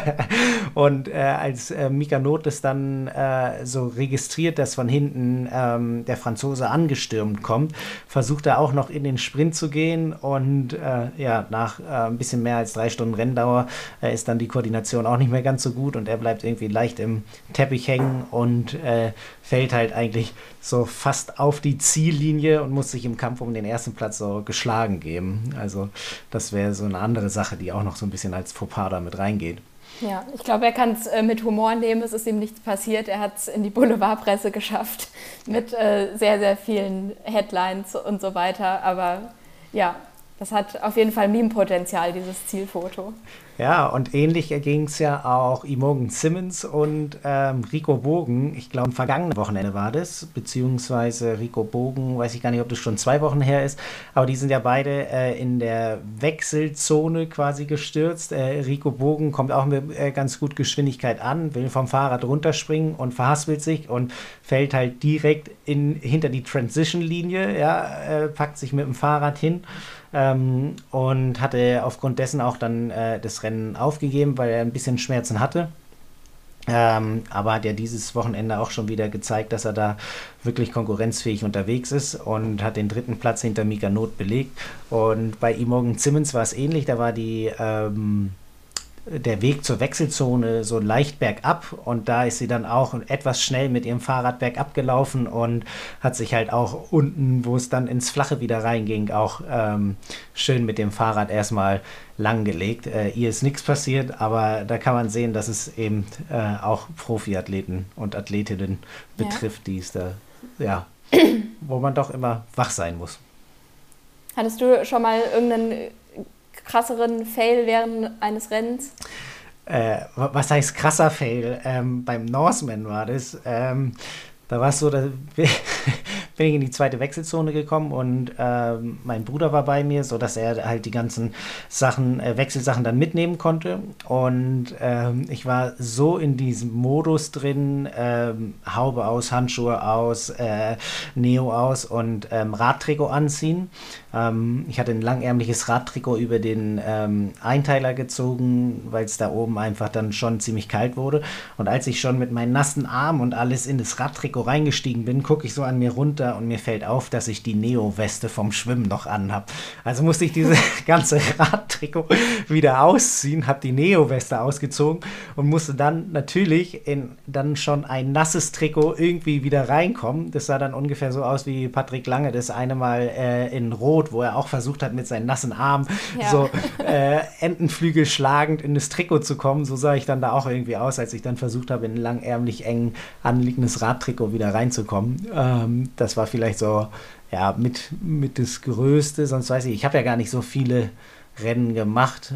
[SPEAKER 2] Und als Mika Not es dann so registriert, dass von hinten der Franzose angestürmt kommt, versucht er auch noch in den Sprint zu gehen und nach ein bisschen mehr als 3 Stunden Renndauer ist dann die Koordination auch nicht mehr ganz so gut und er bleibt irgendwie leicht im Teppich hängen und fällt halt eigentlich so fast auf die Ziellinie und muss sich im Kampf um den ersten Platz so geschlagen geben. Also das wäre so eine andere Sache, die auch noch so ein bisschen als Fauxpas da mit reingeht.
[SPEAKER 1] Ja, ich glaube, er kann es mit Humor nehmen, es ist ihm nichts passiert. Er hat es in die Boulevardpresse geschafft mit sehr, sehr vielen Headlines und so weiter. Aber ja, das hat auf jeden Fall Meme-Potenzial, dieses Zielfoto.
[SPEAKER 2] Ja, und ähnlich ging es ja auch Imogen Simmons und Rico Bogen. Ich glaube, am vergangenen Wochenende war das, beziehungsweise Rico Bogen, weiß ich gar nicht, ob das schon 2 Wochen her ist, aber die sind ja beide in der Wechselzone quasi gestürzt. Rico Bogen kommt auch mit ganz gut Geschwindigkeit an, will vom Fahrrad runterspringen und verhaspelt sich und fällt halt direkt hinter die Transition-Linie, packt sich mit dem Fahrrad hin. Und hatte aufgrund dessen auch dann das Rennen aufgegeben, weil er ein bisschen Schmerzen hatte. Aber hat ja dieses Wochenende auch schon wieder gezeigt, dass er da wirklich konkurrenzfähig unterwegs ist und hat den 3. Platz hinter Mika Not belegt. Und bei Imogen Simmons war es ähnlich, da war der Weg zur Wechselzone so leicht bergab und da ist sie dann auch etwas schnell mit ihrem Fahrrad bergab gelaufen und hat sich halt auch unten, wo es dann ins Flache wieder reinging, auch schön mit dem Fahrrad erstmal langgelegt. Ihr ist nichts passiert, aber da kann man sehen, dass es eben auch Profiathleten und Athletinnen betrifft, die es da, wo man doch immer wach sein muss.
[SPEAKER 1] Hattest du schon mal irgendeinen krasseren Fail während eines Rennens?
[SPEAKER 2] Was heißt krasser Fail? Beim Norseman war das. Da war es so, da bin ich in die 2. Wechselzone gekommen und mein Bruder war bei mir, sodass er halt die ganzen Sachen, Wechselsachen dann mitnehmen konnte. Und ich war so in diesem Modus drin, Haube aus, Handschuhe aus, Neo aus und Radtrikot anziehen. Ich hatte ein langärmliches Radtrikot über den Einteiler gezogen, weil es da oben einfach dann schon ziemlich kalt wurde. Und als ich schon mit meinen nassen Armen und alles in das Radtrikot reingestiegen bin, gucke ich so an mir runter und mir fällt auf, dass ich die Neo-Weste vom Schwimmen noch anhab. Also musste ich diese ganze Radtrikot wieder ausziehen, habe die Neo-Weste ausgezogen und musste dann natürlich in dann schon ein nasses Trikot irgendwie wieder reinkommen. Das sah dann ungefähr so aus wie Patrick Lange das eine Mal in Rot, wo er auch versucht hat, mit seinen nassen Armen so Entenflügel schlagend in das Trikot zu kommen. So sah ich dann da auch irgendwie aus, als ich dann versucht habe, in ein langärmlich eng anliegendes Radtrikot wieder reinzukommen. Das war vielleicht so, mit das Größte, sonst weiß ich habe ja gar nicht so viele Rennen gemacht.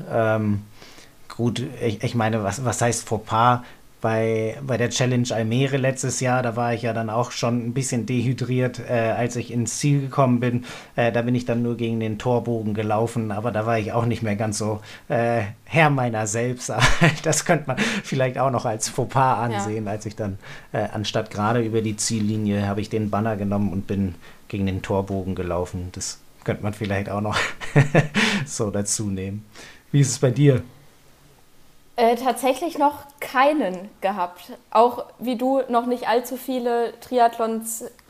[SPEAKER 2] Gut, ich meine, was heißt Fauxpas? Bei der Challenge Almere letztes Jahr, da war ich ja dann auch schon ein bisschen dehydriert, als ich ins Ziel gekommen bin. Da bin ich dann nur gegen den Torbogen gelaufen, aber da war ich auch nicht mehr ganz so Herr meiner selbst. Das könnte man vielleicht auch noch als Fauxpas ansehen, als ich dann anstatt gerade über die Ziellinie habe ich den Banner genommen und bin gegen den Torbogen gelaufen. Das könnte man vielleicht auch noch so dazu nehmen. Wie ist es bei dir?
[SPEAKER 1] Tatsächlich noch keinen gehabt. Auch wie du noch nicht allzu viele Triathlons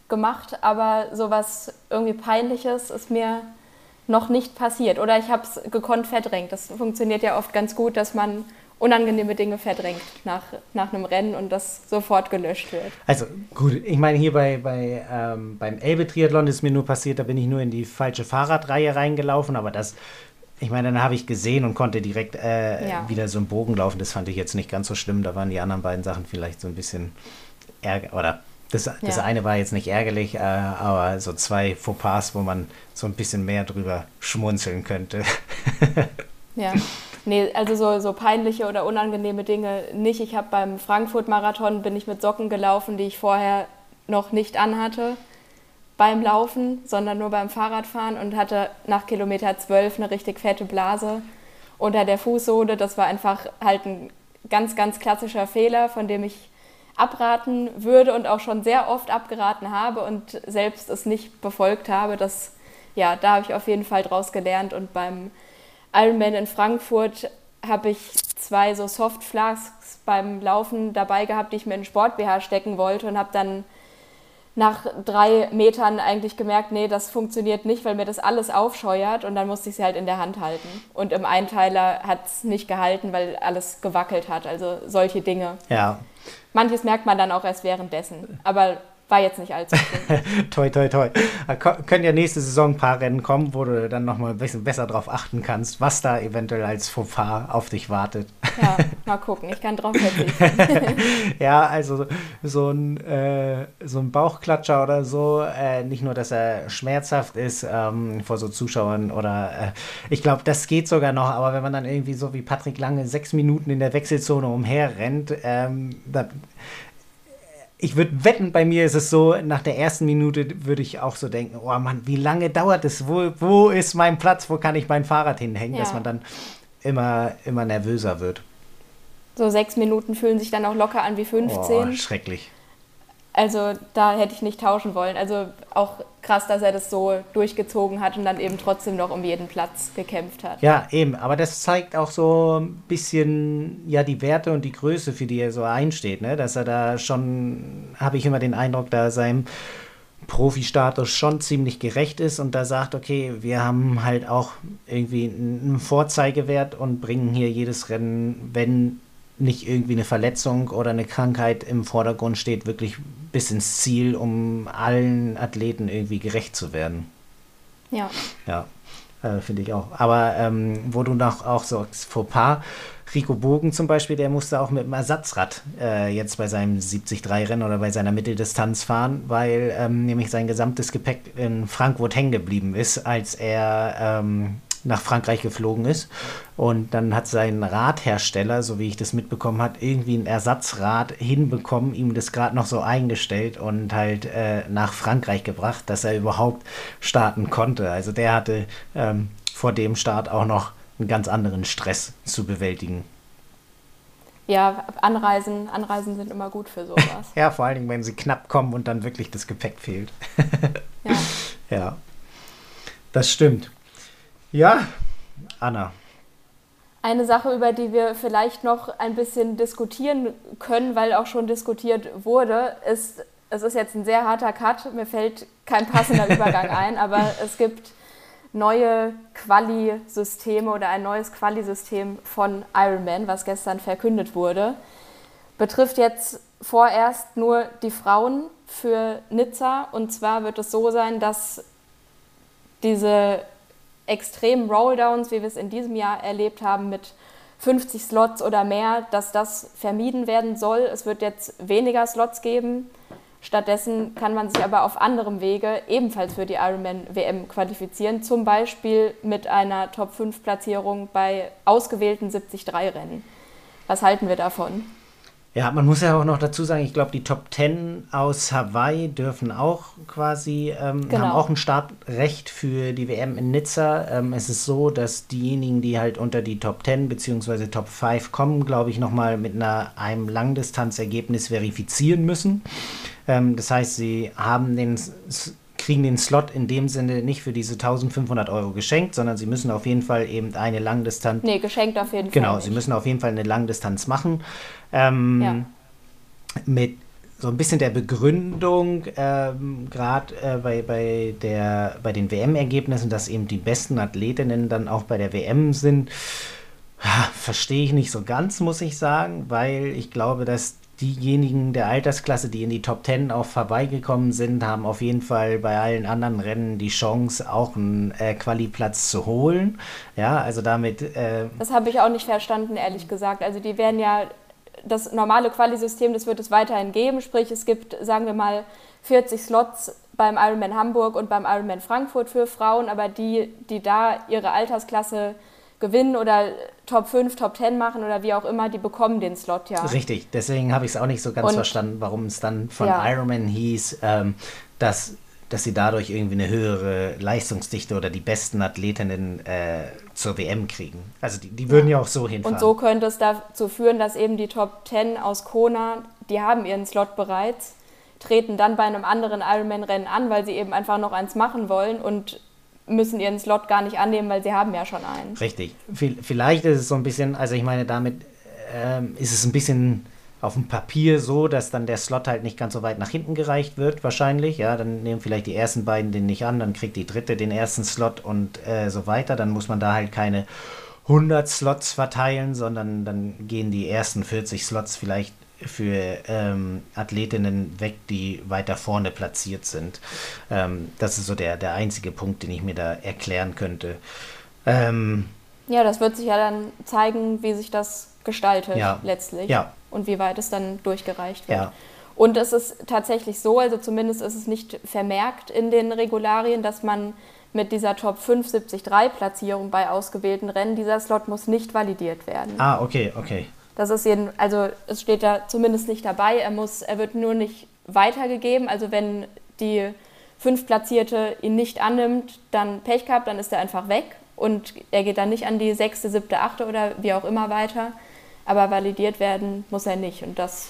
[SPEAKER 1] gemacht, aber sowas irgendwie Peinliches ist mir noch nicht passiert. Oder ich habe es gekonnt verdrängt. Das funktioniert ja oft ganz gut, dass man unangenehme Dinge verdrängt nach einem Rennen und das sofort gelöscht wird.
[SPEAKER 2] Also gut, ich meine hier beim Elbe-Triathlon ist mir nur passiert, da bin ich nur in die falsche Fahrradreihe reingelaufen, aber das, ich meine, dann habe ich gesehen und konnte direkt wieder so einen Bogen laufen. Das fand ich jetzt nicht ganz so schlimm, da waren die anderen beiden Sachen vielleicht so ein bisschen ärgerlich, oder das eine war jetzt nicht ärgerlich, aber so 2 Fauxpas, wo man so ein bisschen mehr drüber schmunzeln könnte.
[SPEAKER 1] Ja, nee, also so peinliche oder unangenehme Dinge nicht. Ich habe beim Frankfurt-Marathon bin ich mit Socken gelaufen, die ich vorher noch nicht anhatte beim Laufen, sondern nur beim Fahrradfahren und hatte nach Kilometer 12 eine richtig fette Blase unter der Fußsohle. Das war einfach halt ein ganz, ganz klassischer Fehler, von dem ich abraten würde und auch schon sehr oft abgeraten habe und selbst es nicht befolgt habe. Da habe ich auf jeden Fall draus gelernt. Und beim Ironman in Frankfurt habe ich 2 so Softflasks beim Laufen dabei gehabt, die ich mir in Sport-BH stecken wollte und habe dann nach 3 Metern eigentlich gemerkt, nee, das funktioniert nicht, weil mir das alles aufscheuert und dann musste ich sie halt in der Hand halten. Und im Einteiler hat es nicht gehalten, weil alles gewackelt hat, also solche Dinge.
[SPEAKER 2] Ja.
[SPEAKER 1] Manches merkt man dann auch erst währenddessen, aber war jetzt nicht allzu schlimm.
[SPEAKER 2] Toi, toi, toi. Da können ja nächste Saison ein paar Rennen kommen, wo du dann nochmal ein bisschen besser drauf achten kannst, was da eventuell als Fauxpas auf dich wartet.
[SPEAKER 1] Ja, mal gucken. Ich kann drauf verzichten.
[SPEAKER 2] Ja, also so ein Bauchklatscher oder so, nicht nur, dass er schmerzhaft ist vor so Zuschauern oder ich glaube, das geht sogar noch, aber wenn man dann irgendwie so wie Patrick Lange 6 Minuten in der Wechselzone umherrennt, ich würde wetten, bei mir ist es so, nach der ersten Minute würde ich auch so denken, oh Mann, wie lange dauert es? Wo ist mein Platz? Wo kann ich mein Fahrrad hinhängen? Ja. Dass man dann immer nervöser wird.
[SPEAKER 1] So 6 Minuten fühlen sich dann auch locker an wie 15.
[SPEAKER 2] Oh, schrecklich.
[SPEAKER 1] Also da hätte ich nicht tauschen wollen. Also auch krass, dass er das so durchgezogen hat und dann eben trotzdem noch um jeden Platz gekämpft hat.
[SPEAKER 2] Ja, eben. Aber das zeigt auch so ein bisschen ja die Werte und die Größe, für die er so einsteht. Ne? Dass er da schon, habe ich immer den Eindruck, da seinem Profi-Status schon ziemlich gerecht ist und da sagt, okay, wir haben halt auch irgendwie einen Vorzeigewert und bringen hier jedes Rennen, wenn nicht irgendwie eine Verletzung oder eine Krankheit im Vordergrund steht, wirklich bis ins Ziel, um allen Athleten irgendwie gerecht zu werden.
[SPEAKER 1] Ja. Ja,
[SPEAKER 2] finde ich auch. Aber wo du noch auch so Fauxpas, Rico Bogen zum Beispiel, der musste auch mit dem Ersatzrad jetzt bei seinem 73-Rennen oder bei seiner Mitteldistanz fahren, weil nämlich sein gesamtes Gepäck in Frankfurt hängen geblieben ist, als er nach Frankreich geflogen ist. Und dann hat sein Radhersteller, so wie ich das mitbekommen habe, irgendwie ein Ersatzrad hinbekommen, ihm das gerade noch so eingestellt und halt nach Frankreich gebracht, dass er überhaupt starten konnte. Also der hatte vor dem Start auch noch einen ganz anderen Stress zu bewältigen.
[SPEAKER 1] Ja, Anreisen sind immer gut für sowas.
[SPEAKER 2] Ja, vor allen Dingen, wenn sie knapp kommen und dann wirklich das Gepäck fehlt.
[SPEAKER 1] Ja.
[SPEAKER 2] Ja, das stimmt. Ja, Anna.
[SPEAKER 1] Eine Sache, über die wir vielleicht noch ein bisschen diskutieren können, weil auch schon diskutiert wurde, ist, es ist jetzt ein sehr harter Cut, mir fällt kein passender Übergang ein, aber es gibt neue Quali-Systeme oder ein neues Quali-System von Ironman, was gestern verkündet wurde. Betrifft jetzt vorerst nur die Frauen für Nizza und zwar wird es so sein, dass diese extremen Rolldowns, wie wir es in diesem Jahr erlebt haben, mit 50 Slots oder mehr, dass das vermieden werden soll. Es wird jetzt weniger Slots geben. Stattdessen kann man sich aber auf anderem Wege ebenfalls für die Ironman-WM qualifizieren, zum Beispiel mit einer Top-5-Platzierung bei ausgewählten 73-Rennen. Was halten wir davon?
[SPEAKER 2] Ja, man muss ja auch noch dazu sagen, ich glaube, die Top 10 aus Hawaii dürfen auch quasi, haben auch ein Startrecht für die WM in Nizza. Es ist so, dass diejenigen, die halt unter die Top 10 bzw. Top 5 kommen, glaube ich, nochmal mit einem Langdistanzergebnis verifizieren müssen. Das heißt, sie haben kriegen den Slot in dem Sinne nicht für diese 1.500 € geschenkt, sondern sie müssen auf jeden Fall eben eine Langdistanz...
[SPEAKER 1] Nee, geschenkt auf jeden Fall
[SPEAKER 2] Genau,
[SPEAKER 1] nicht.
[SPEAKER 2] Sie müssen auf jeden Fall eine Langdistanz machen.
[SPEAKER 1] Ja.
[SPEAKER 2] Mit so ein bisschen der Begründung, gerade bei den WM-Ergebnissen, dass eben die besten Athletinnen dann auch bei der WM sind, verstehe ich nicht so ganz, muss ich sagen, weil ich glaube, dass diejenigen der Altersklasse, die in die Top 10 auch vorbeigekommen sind, haben auf jeden Fall bei allen anderen Rennen die Chance, auch einen Quali-Platz zu holen. Ja, also damit...
[SPEAKER 1] Das habe ich auch nicht verstanden, ehrlich gesagt. Also die werden ja, das normale Quali-System, das wird es weiterhin geben. Sprich, es gibt, sagen wir mal, 40 Slots beim Ironman Hamburg und beim Ironman Frankfurt für Frauen, aber die da ihre Altersklasse gewinnen oder Top 5, Top 10 machen oder wie auch immer, die bekommen den Slot, ja.
[SPEAKER 2] Richtig, deswegen habe ich es auch nicht so ganz verstanden, warum es dann von Ironman hieß, dass sie dadurch irgendwie eine höhere Leistungsdichte oder die besten Athletinnen zur WM kriegen. Also die würden ja auch so hinfahren.
[SPEAKER 1] Und so könnte es dazu führen, dass eben die Top 10 aus Kona, die haben ihren Slot bereits, treten dann bei einem anderen Ironman-Rennen an, weil sie eben einfach noch eins machen wollen und müssen ihren Slot gar nicht annehmen, weil sie haben ja schon einen.
[SPEAKER 2] Richtig. Vielleicht ist es so ein bisschen, also ich meine, damit ist es ein bisschen auf dem Papier so, dass dann der Slot halt nicht ganz so weit nach hinten gereicht wird, wahrscheinlich. Ja, dann nehmen vielleicht die ersten beiden den nicht an, dann kriegt die dritte den ersten Slot und so weiter. Dann muss man da halt keine 100 Slots verteilen, sondern dann gehen die ersten 40 Slots vielleicht für Athletinnen weg, die weiter vorne platziert sind. Das ist so der einzige Punkt, den ich mir da erklären könnte.
[SPEAKER 1] Ja, das wird sich ja dann zeigen, wie sich das gestaltet letztlich und wie weit es dann durchgereicht wird. Ja. Und es ist tatsächlich so, also zumindest ist es nicht vermerkt in den Regularien, dass man mit dieser Top 5 73-Platzierung bei ausgewählten Rennen, dieser Slot muss nicht validiert werden.
[SPEAKER 2] Ah, okay.
[SPEAKER 1] Das ist also es steht da zumindest nicht dabei, er wird nur nicht weitergegeben, also wenn die 5 Platzierte ihn nicht annimmt, dann Pech gehabt, dann ist er einfach weg und er geht dann nicht an die 6., 7., 8. oder wie auch immer weiter, aber validiert werden muss er nicht und das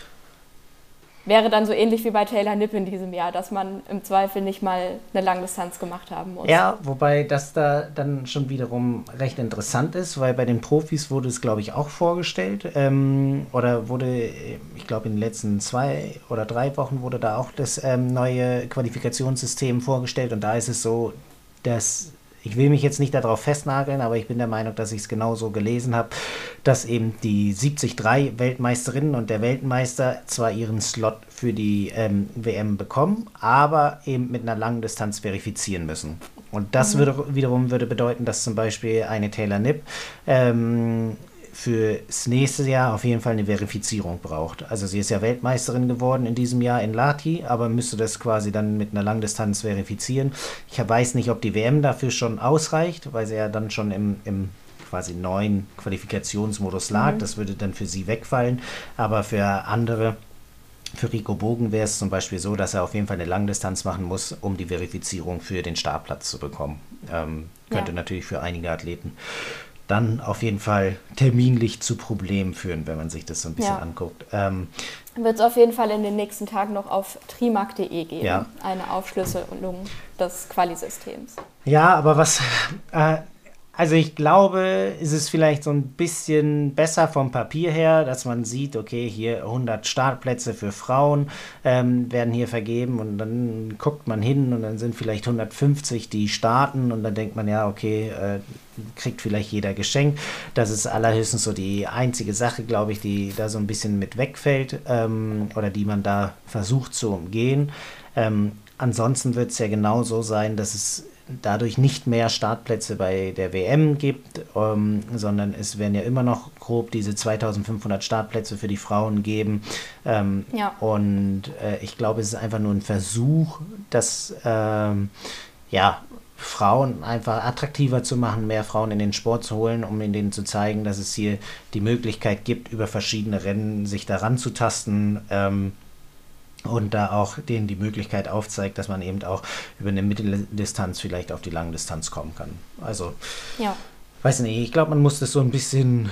[SPEAKER 1] wäre dann so ähnlich wie bei Taylor Knipp in diesem Jahr, dass man im Zweifel nicht mal eine Langdistanz gemacht haben muss.
[SPEAKER 2] Ja, wobei das da dann schon wiederum recht interessant ist, weil bei den Profis wurde es, glaube ich, auch vorgestellt. Oder wurde, ich glaube, in den letzten 2 oder 3 Wochen wurde da auch das neue Qualifikationssystem vorgestellt. Und da ist es so, dass... Ich will mich jetzt nicht darauf festnageln, aber ich bin der Meinung, dass ich es genauso gelesen habe, dass eben die 73-Weltmeisterinnen und der Weltmeister zwar ihren Slot für die WM bekommen, aber eben mit einer langen Distanz verifizieren müssen. Und das wiederum würde bedeuten, dass zum Beispiel eine Taylor Knipp fürs nächste Jahr auf jeden Fall eine Verifizierung braucht. Also sie ist ja Weltmeisterin geworden in diesem Jahr in Lahti, aber müsste das quasi dann mit einer Langdistanz verifizieren. Ich weiß nicht, ob die WM dafür schon ausreicht, weil sie ja dann schon im quasi neuen Qualifikationsmodus lag. Das würde dann für sie wegfallen, aber für andere, für Rico Bogen wäre es zum Beispiel so, dass er auf jeden Fall eine Langdistanz machen muss, um die Verifizierung für den Startplatz zu bekommen. Könnte natürlich für einige Athleten dann auf jeden Fall terminlich zu Problemen führen, wenn man sich das so ein bisschen anguckt.
[SPEAKER 1] Wird es auf jeden Fall in den nächsten Tagen noch auf trimark.de geben, eine Aufschlüsselung des Quali-Systems.
[SPEAKER 2] Ja, aber also ich glaube, es ist vielleicht so ein bisschen besser vom Papier her, dass man sieht, okay, hier 100 Startplätze für Frauen werden hier vergeben und dann guckt man hin und dann sind vielleicht 150, die starten und dann denkt man, ja, okay, kriegt vielleicht jeder geschenkt. Das ist allerhöchstens so die einzige Sache, glaube ich, die da so ein bisschen mit wegfällt oder die man da versucht zu umgehen. Ansonsten wird es ja genau so sein, dass es dadurch nicht mehr Startplätze bei der WM gibt, sondern es werden ja immer noch grob diese 2500 Startplätze für die Frauen geben. Und ich glaube, es ist einfach nur ein Versuch, dass Frauen einfach attraktiver zu machen, mehr Frauen in den Sport zu holen, um ihnen zu zeigen, dass es hier die Möglichkeit gibt, über verschiedene Rennen sich daran zu tasten, und da auch denen die Möglichkeit aufzeigt, dass man eben auch über eine Mitteldistanz vielleicht auf die Langdistanz kommen kann. Also, weiß nicht, ich glaube, man muss das so ein bisschen,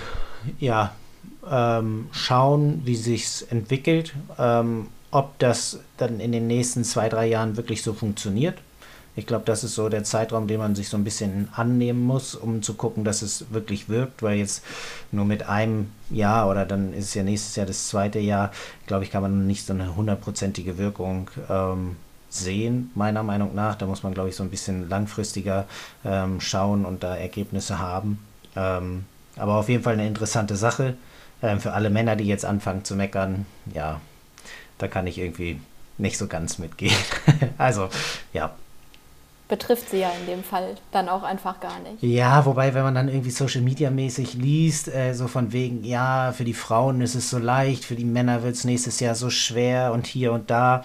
[SPEAKER 2] schauen, wie sich's entwickelt, ob das dann in den nächsten 2-3 Jahren wirklich so funktioniert. Ich glaube, das ist so der Zeitraum, den man sich so ein bisschen annehmen muss, um zu gucken, dass es wirklich wirkt, weil jetzt nur mit einem Jahr oder dann ist es ja nächstes Jahr das zweite Jahr, glaube ich, kann man nicht so eine hundertprozentige Wirkung sehen, meiner Meinung nach. Da muss man, glaube ich, so ein bisschen langfristiger schauen und da Ergebnisse haben. Aber auf jeden Fall eine interessante Sache. Für alle Männer, die jetzt anfangen zu meckern, ja, da kann ich irgendwie nicht so ganz mitgehen. Also, ja.
[SPEAKER 1] Betrifft sie ja in dem Fall dann auch einfach gar nicht.
[SPEAKER 2] Ja, wobei, wenn man dann irgendwie Social-Media-mäßig liest, so von wegen, ja, für die Frauen ist es so leicht, für die Männer wird es nächstes Jahr so schwer und hier und da.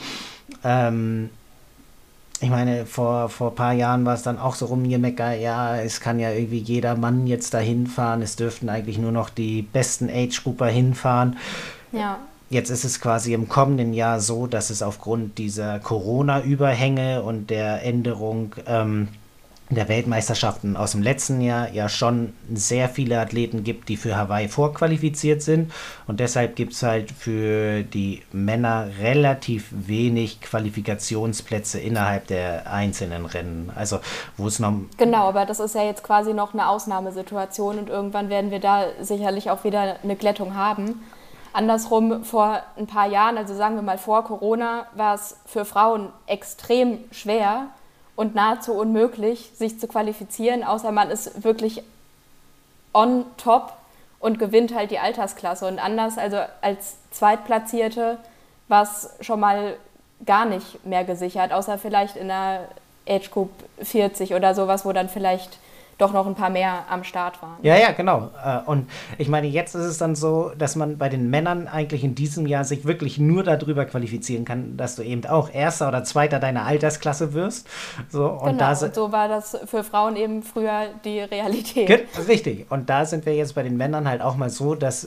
[SPEAKER 2] Ich meine, vor ein paar Jahren war es dann auch so rumgemeckert, ja, es kann ja irgendwie jeder Mann jetzt da hinfahren, es dürften eigentlich nur noch die besten Age-Grupper hinfahren.
[SPEAKER 1] Ja.
[SPEAKER 2] Jetzt ist es quasi im kommenden Jahr so, dass es aufgrund dieser Corona-Überhänge und der Änderung der Weltmeisterschaften aus dem letzten Jahr ja schon sehr viele Athleten gibt, die für Hawaii vorqualifiziert sind. Und deshalb gibt es halt für die Männer relativ wenig Qualifikationsplätze innerhalb der einzelnen Rennen. Also wo es noch...
[SPEAKER 1] Genau, aber das ist ja jetzt quasi noch eine Ausnahmesituation und irgendwann werden wir da sicherlich auch wieder eine Glättung haben. Andersrum, vor ein paar Jahren, also sagen wir mal vor Corona, war es für Frauen extrem schwer und nahezu unmöglich, sich zu qualifizieren, außer man ist wirklich on top und gewinnt halt die Altersklasse. Und anders, also als Zweitplatzierte, war es schon mal gar nicht mehr gesichert, außer vielleicht in der Age Group 40 oder sowas, wo dann vielleicht doch noch ein paar mehr am Start waren.
[SPEAKER 2] Ja, ja, genau. Und ich meine, jetzt ist es dann so, dass man bei den Männern eigentlich in diesem Jahr sich wirklich nur darüber qualifizieren kann, dass du eben auch Erster oder Zweiter deiner Altersklasse wirst. So, und
[SPEAKER 1] genau, und so war das für Frauen eben früher die Realität.
[SPEAKER 2] Richtig. Und da sind wir jetzt bei den Männern halt auch mal so, dass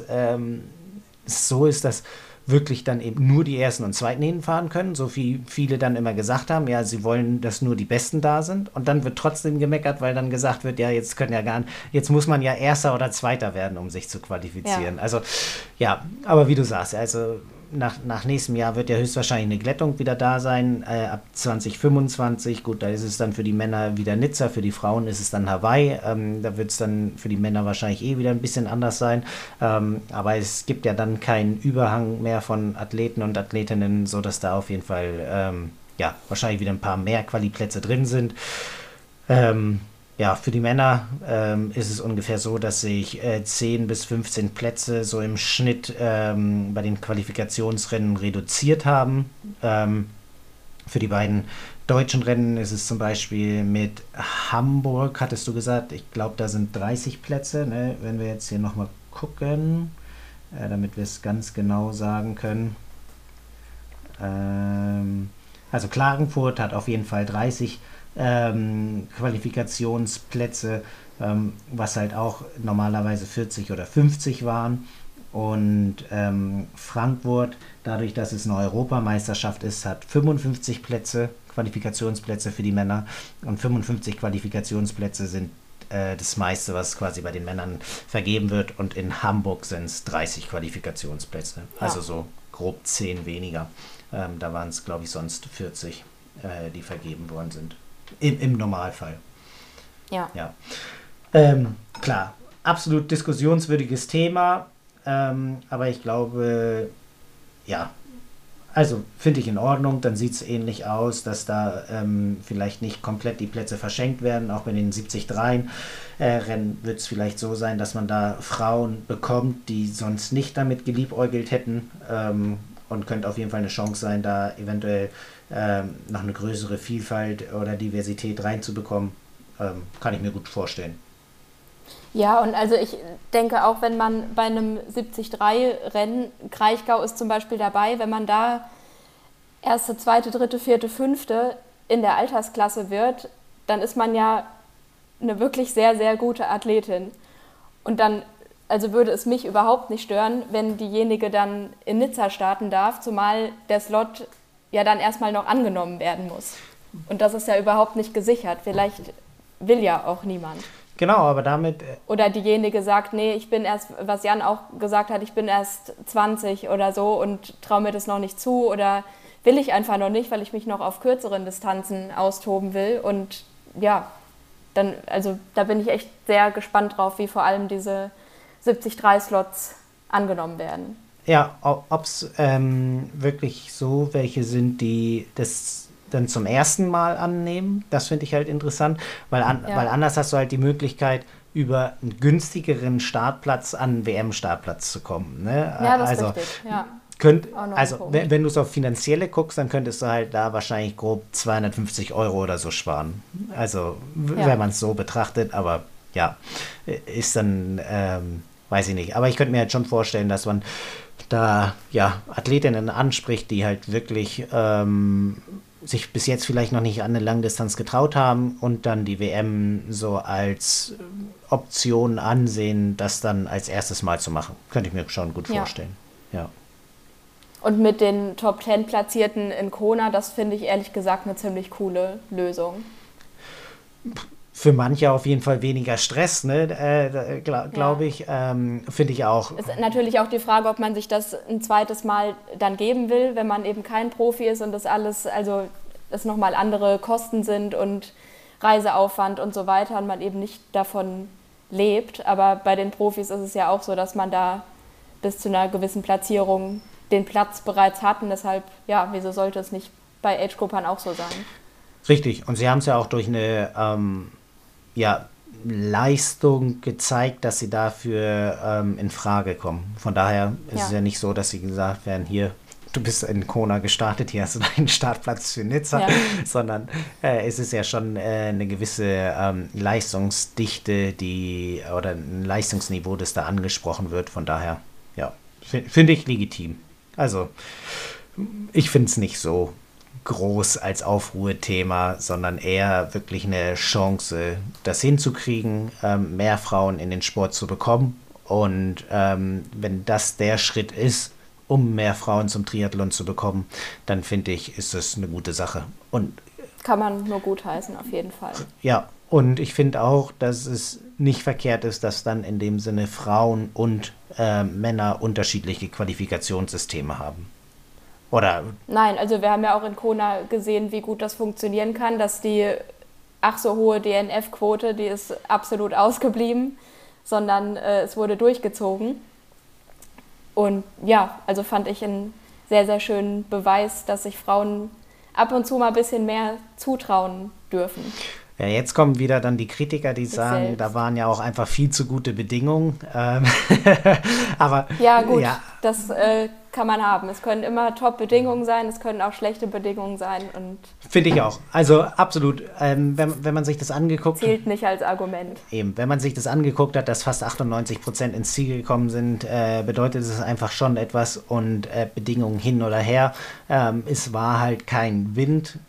[SPEAKER 2] es so ist, dass wirklich dann eben nur die Ersten und Zweiten hinfahren können, so wie viele dann immer gesagt haben, ja, sie wollen, dass nur die Besten da sind und dann wird trotzdem gemeckert, weil dann gesagt wird, ja, jetzt muss man ja Erster oder Zweiter werden, um sich zu qualifizieren. Ja. Also, ja, aber wie du sagst, also nach nächstem Jahr wird ja höchstwahrscheinlich eine Glättung wieder da sein, ab 2025, gut, da ist es dann für die Männer wieder Nizza, für die Frauen ist es dann Hawaii, da wird es dann für die Männer wahrscheinlich wieder ein bisschen anders sein, aber es gibt ja dann keinen Überhang mehr von Athleten und Athletinnen, sodass da auf jeden Fall, wahrscheinlich wieder ein paar mehr Quali-Plätze drin sind. Ja, für die Männer ist es ungefähr so, dass sich 10 bis 15 Plätze so im Schnitt bei den Qualifikationsrennen reduziert haben. Für die beiden deutschen Rennen ist es zum Beispiel mit Hamburg, hattest du gesagt, ich glaube, da sind 30 Plätze, ne? Wenn wir jetzt hier nochmal gucken, damit wir es ganz genau sagen können. Also Klagenfurt hat auf jeden Fall 30 Qualifikationsplätze, was halt auch normalerweise 40 oder 50 waren. Und Frankfurt, dadurch, dass es eine Europameisterschaft ist, hat 55 Plätze, Qualifikationsplätze für die Männer. Und 55 Qualifikationsplätze sind das meiste, was quasi bei den Männern vergeben wird. Und in Hamburg sind es 30 Qualifikationsplätze. Ja. Also so grob 10 weniger. Da waren es, glaube ich, sonst 40, die vergeben worden sind. Im Normalfall.
[SPEAKER 1] Ja.
[SPEAKER 2] Klar, absolut diskussionswürdiges Thema, aber ich glaube, ja, also finde ich in Ordnung, dann sieht es ähnlich aus, dass da vielleicht nicht komplett die Plätze verschenkt werden, auch bei den 73-Rennen wird es vielleicht so sein, dass man da Frauen bekommt, die sonst nicht damit geliebäugelt hätten, und könnte auf jeden Fall eine Chance sein, da eventuell noch eine größere Vielfalt oder Diversität reinzubekommen. Kann ich mir gut vorstellen.
[SPEAKER 1] Ja, und also ich denke auch, wenn man bei einem 73-Rennen, Kraichgau ist zum Beispiel dabei, wenn man da erste, zweite, dritte, vierte, fünfte in der Altersklasse wird, dann ist man ja eine wirklich sehr, sehr gute Athletin. Und dann also würde es mich überhaupt nicht stören, wenn diejenige dann in Nizza starten darf, zumal der Slot ja dann erstmal noch angenommen werden muss. Und das ist ja überhaupt nicht gesichert. Vielleicht will ja auch niemand.
[SPEAKER 2] Genau, aber damit...
[SPEAKER 1] Oder diejenige sagt, nee, ich bin erst, was Jan auch gesagt hat, ich bin erst 20 oder so und traue mir das noch nicht zu. Oder will ich einfach noch nicht, weil ich mich noch auf kürzeren Distanzen austoben will. Und ja, dann, also da bin ich echt sehr gespannt drauf, wie vor allem diese 73-Slots angenommen werden.
[SPEAKER 2] Ja, ob es wirklich so welche sind, die das dann zum ersten Mal annehmen, das finde ich halt interessant, weil anders hast du halt die Möglichkeit, über einen günstigeren Startplatz an einen WM-Startplatz zu kommen. Ne?
[SPEAKER 1] Ja, das ist richtig, ja.
[SPEAKER 2] Wenn du es auf Finanzielle guckst, dann könntest du halt da wahrscheinlich grob 250 Euro oder so sparen. Also, wenn man es so betrachtet, aber ja, ist dann, weiß ich nicht. Aber ich könnte mir halt schon vorstellen, dass man da Athletinnen anspricht, die halt wirklich sich bis jetzt vielleicht noch nicht an eine Langdistanz getraut haben und dann die WM so als Option ansehen, das dann als erstes Mal zu machen. Könnte ich mir schon gut vorstellen. Ja.
[SPEAKER 1] Und mit den Top 10 Platzierten in Kona, das finde ich ehrlich gesagt eine ziemlich coole Lösung.
[SPEAKER 2] Für manche auf jeden Fall weniger Stress, ne? Glaube ich. Finde ich auch.
[SPEAKER 1] Es ist natürlich auch die Frage, ob man sich das ein zweites Mal dann geben will, wenn man eben kein Profi ist und das alles, also es nochmal andere Kosten sind und Reiseaufwand und so weiter und man eben nicht davon lebt. Aber bei den Profis ist es ja auch so, dass man da bis zu einer gewissen Platzierung den Platz bereits hat und deshalb, ja, wieso sollte es nicht bei Age-Groupern auch so sein?
[SPEAKER 2] Richtig, und sie haben es ja auch durch eine Leistung gezeigt, dass sie dafür in Frage kommen. Von daher ist es ja nicht so, dass sie gesagt werden, hier, du bist in Kona gestartet, hier hast du deinen Startplatz für Nizza, sondern es ist ja schon eine gewisse Leistungsdichte, oder ein Leistungsniveau, das da angesprochen wird. Von daher, ja, finde ich legitim. Also, ich finde es nicht so groß als Aufruhrthema, sondern eher wirklich eine Chance, das hinzukriegen, mehr Frauen in den Sport zu bekommen. Und wenn das der Schritt ist, um mehr Frauen zum Triathlon zu bekommen, dann finde ich, ist es eine gute Sache. Und
[SPEAKER 1] kann man nur gutheißen, auf jeden Fall.
[SPEAKER 2] Ja, und ich finde auch, dass es nicht verkehrt ist, dass dann in dem Sinne Frauen und Männer unterschiedliche Qualifikationssysteme haben. Oder? Nein,
[SPEAKER 1] also wir haben ja auch in Kona gesehen, wie gut das funktionieren kann, dass die ach so hohe DNF-Quote, die ist absolut ausgeblieben, sondern es wurde durchgezogen. Und ja, also fand ich einen sehr, sehr schönen Beweis, dass sich Frauen ab und zu mal ein bisschen mehr zutrauen dürfen.
[SPEAKER 2] Ja, jetzt kommen wieder dann die Kritiker, die sagen, da waren ja auch einfach viel zu gute Bedingungen. Aber
[SPEAKER 1] ja gut, das kann man haben. Es können immer Top-Bedingungen sein, es können auch schlechte Bedingungen sein.
[SPEAKER 2] Finde ich auch. Also absolut. Wenn man sich das angeguckt hat.
[SPEAKER 1] Zählt nicht als Argument.
[SPEAKER 2] Eben, wenn man sich das angeguckt hat, dass fast 98% ins Ziel gekommen sind, bedeutet es einfach schon etwas. Und Bedingungen hin oder her. Es war halt kein Wind.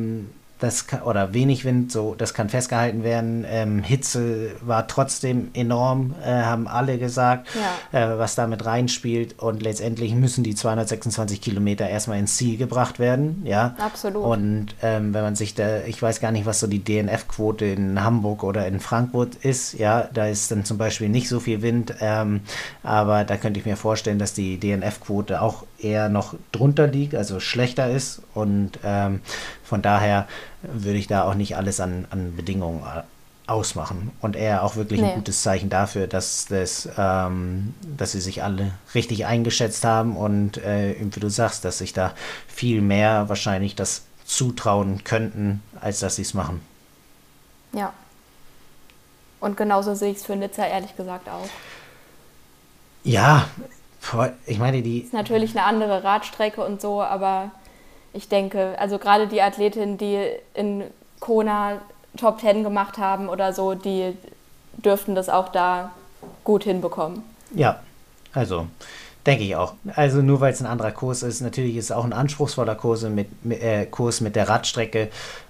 [SPEAKER 2] Oder wenig Wind, so, das kann festgehalten werden. Hitze war trotzdem enorm, haben alle gesagt, was damit reinspielt. Und letztendlich müssen die 226 Kilometer erstmal ins Ziel gebracht werden. Ja,
[SPEAKER 1] absolut.
[SPEAKER 2] Und wenn man sich ich weiß gar nicht, was so die DNF-Quote in Hamburg oder in Frankfurt ist. Ja, da ist dann zum Beispiel nicht so viel Wind. Aber da könnte ich mir vorstellen, dass die DNF-Quote auch eher noch drunter liegt, also schlechter ist. Und von daher würde ich da auch nicht alles an Bedingungen ausmachen. Und eher auch wirklich ein gutes Zeichen dafür, dass sie sich alle richtig eingeschätzt haben und wie du sagst, dass sich da viel mehr wahrscheinlich das zutrauen könnten, als dass sie es machen.
[SPEAKER 1] Ja. Und genauso sehe ich es für Nizza ehrlich gesagt auch.
[SPEAKER 2] Ja, ich meine,
[SPEAKER 1] ist natürlich eine andere Radstrecke und so, aber ich denke, also gerade die Athletinnen, die in Kona Top 10 gemacht haben oder so, die dürften das auch da gut hinbekommen.
[SPEAKER 2] Ja, also denke ich auch. Also nur weil es ein anderer Kurs ist, natürlich ist es auch ein anspruchsvoller Kurs mit der Radstrecke,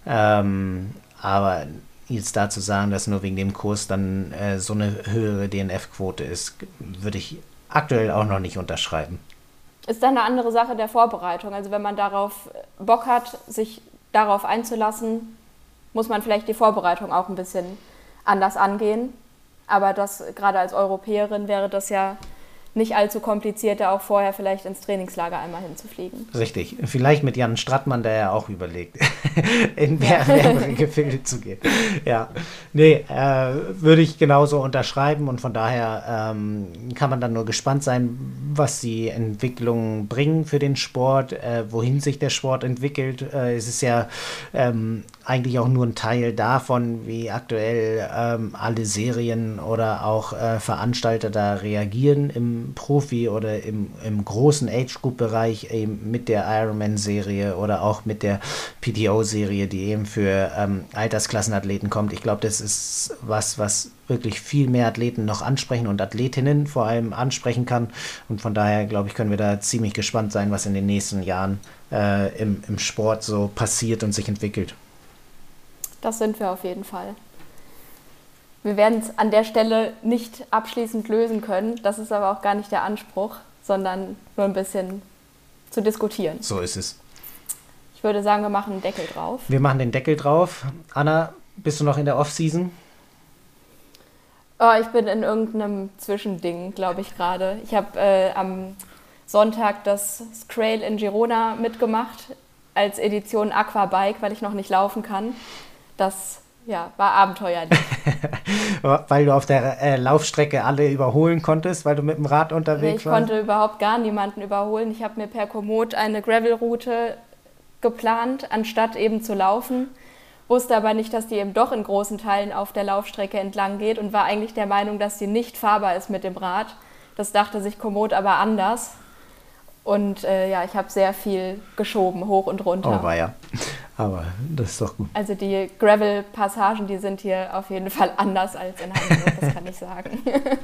[SPEAKER 2] aber jetzt dazu sagen, dass nur wegen dem Kurs dann so eine höhere DNF-Quote ist, würde ich aktuell auch noch nicht unterschreiben.
[SPEAKER 1] Ist dann eine andere Sache der Vorbereitung. Also wenn man darauf Bock hat, sich darauf einzulassen, muss man vielleicht die Vorbereitung auch ein bisschen anders angehen. Aber das gerade als Europäerin wäre das ja nicht allzu kompliziert, da auch vorher vielleicht ins Trainingslager einmal hinzufliegen.
[SPEAKER 2] Richtig. Vielleicht mit Jan Strattmann, der ja auch überlegt, in wärmere Gefilde zu gehen. Ja, nee, würde ich genauso unterschreiben und von daher kann man dann nur gespannt sein, was die Entwicklungen bringen für den Sport, wohin sich der Sport entwickelt. Es ist ja eigentlich auch nur ein Teil davon, wie aktuell alle Serien oder auch Veranstalter da reagieren im Profi- oder im großen Age-Group-Bereich eben mit der Ironman-Serie oder auch mit der PTO-Serie, die eben für Altersklassenathleten kommt. Ich glaube, das ist was wirklich viel mehr Athleten noch ansprechen und Athletinnen vor allem ansprechen kann. Und von daher, glaube ich, können wir da ziemlich gespannt sein, was in den nächsten Jahren im Sport so passiert und sich entwickelt.
[SPEAKER 1] Das sind wir auf jeden Fall. Wir werden es an der Stelle nicht abschließend lösen können. Das ist aber auch gar nicht der Anspruch, sondern nur ein bisschen zu diskutieren.
[SPEAKER 2] So ist es.
[SPEAKER 1] Ich würde sagen, wir machen einen Deckel drauf.
[SPEAKER 2] Wir machen den Deckel drauf. Anna, bist du noch in der Off-Season?
[SPEAKER 1] Oh, ich bin in irgendeinem Zwischending, glaube ich gerade. Ich habe am Sonntag das Scrail in Girona mitgemacht als Edition Aquabike, weil ich noch nicht laufen kann. Das war abenteuerlich.
[SPEAKER 2] Weil du auf der Laufstrecke alle überholen konntest, weil du mit dem Rad unterwegs warst?
[SPEAKER 1] Ich konnte überhaupt gar niemanden überholen. Ich habe mir per Komoot eine Gravel-Route geplant, anstatt eben zu laufen. Wusste aber nicht, dass die eben doch in großen Teilen auf der Laufstrecke entlang geht und war eigentlich der Meinung, dass sie nicht fahrbar ist mit dem Rad. Das dachte sich Komoot aber anders. Und ich habe sehr viel geschoben, hoch und runter.
[SPEAKER 2] Oh weia, aber das ist doch gut.
[SPEAKER 1] Also die Gravel-Passagen, die sind hier auf jeden Fall anders als in Hamburg, das kann ich sagen.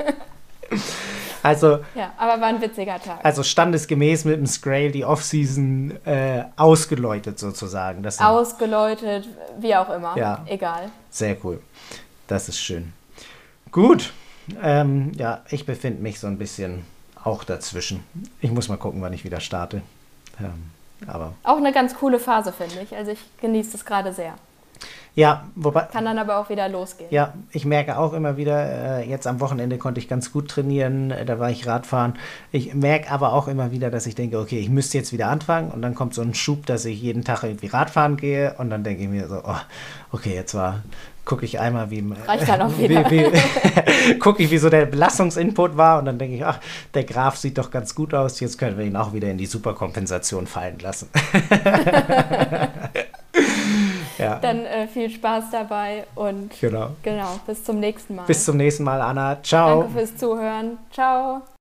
[SPEAKER 2] Also,
[SPEAKER 1] ja, aber war ein witziger Tag.
[SPEAKER 2] Also standesgemäß mit dem Scrail die Off-Season ausgeläutet sozusagen.
[SPEAKER 1] Ausgeläutet, wie auch immer, egal.
[SPEAKER 2] Sehr cool, das ist schön. Gut, ich befinde mich so ein bisschen auch dazwischen. Ich muss mal gucken, wann ich wieder starte. Aber
[SPEAKER 1] auch eine ganz coole Phase, finde ich. Also ich genieße es gerade sehr.
[SPEAKER 2] Ja, wobei...
[SPEAKER 1] Kann dann aber auch wieder losgehen.
[SPEAKER 2] Ja, ich merke auch immer wieder, jetzt am Wochenende konnte ich ganz gut trainieren, da war ich Radfahren. Ich merke aber auch immer wieder, dass ich denke, okay, ich müsste jetzt wieder anfangen und dann kommt so ein Schub, dass ich jeden Tag irgendwie Radfahren gehe und dann denke ich mir so, okay, gucke ich einmal,
[SPEAKER 1] reicht dann auch wieder.
[SPEAKER 2] Gucke ich, wie so der Belastungsinput war und dann denke ich, der Graph sieht doch ganz gut aus, jetzt können wir ihn auch wieder in die Superkompensation fallen lassen. Ja.
[SPEAKER 1] Dann viel Spaß dabei und genau, bis zum nächsten Mal.
[SPEAKER 2] Bis zum nächsten Mal, Anna. Ciao.
[SPEAKER 1] Danke fürs Zuhören. Ciao.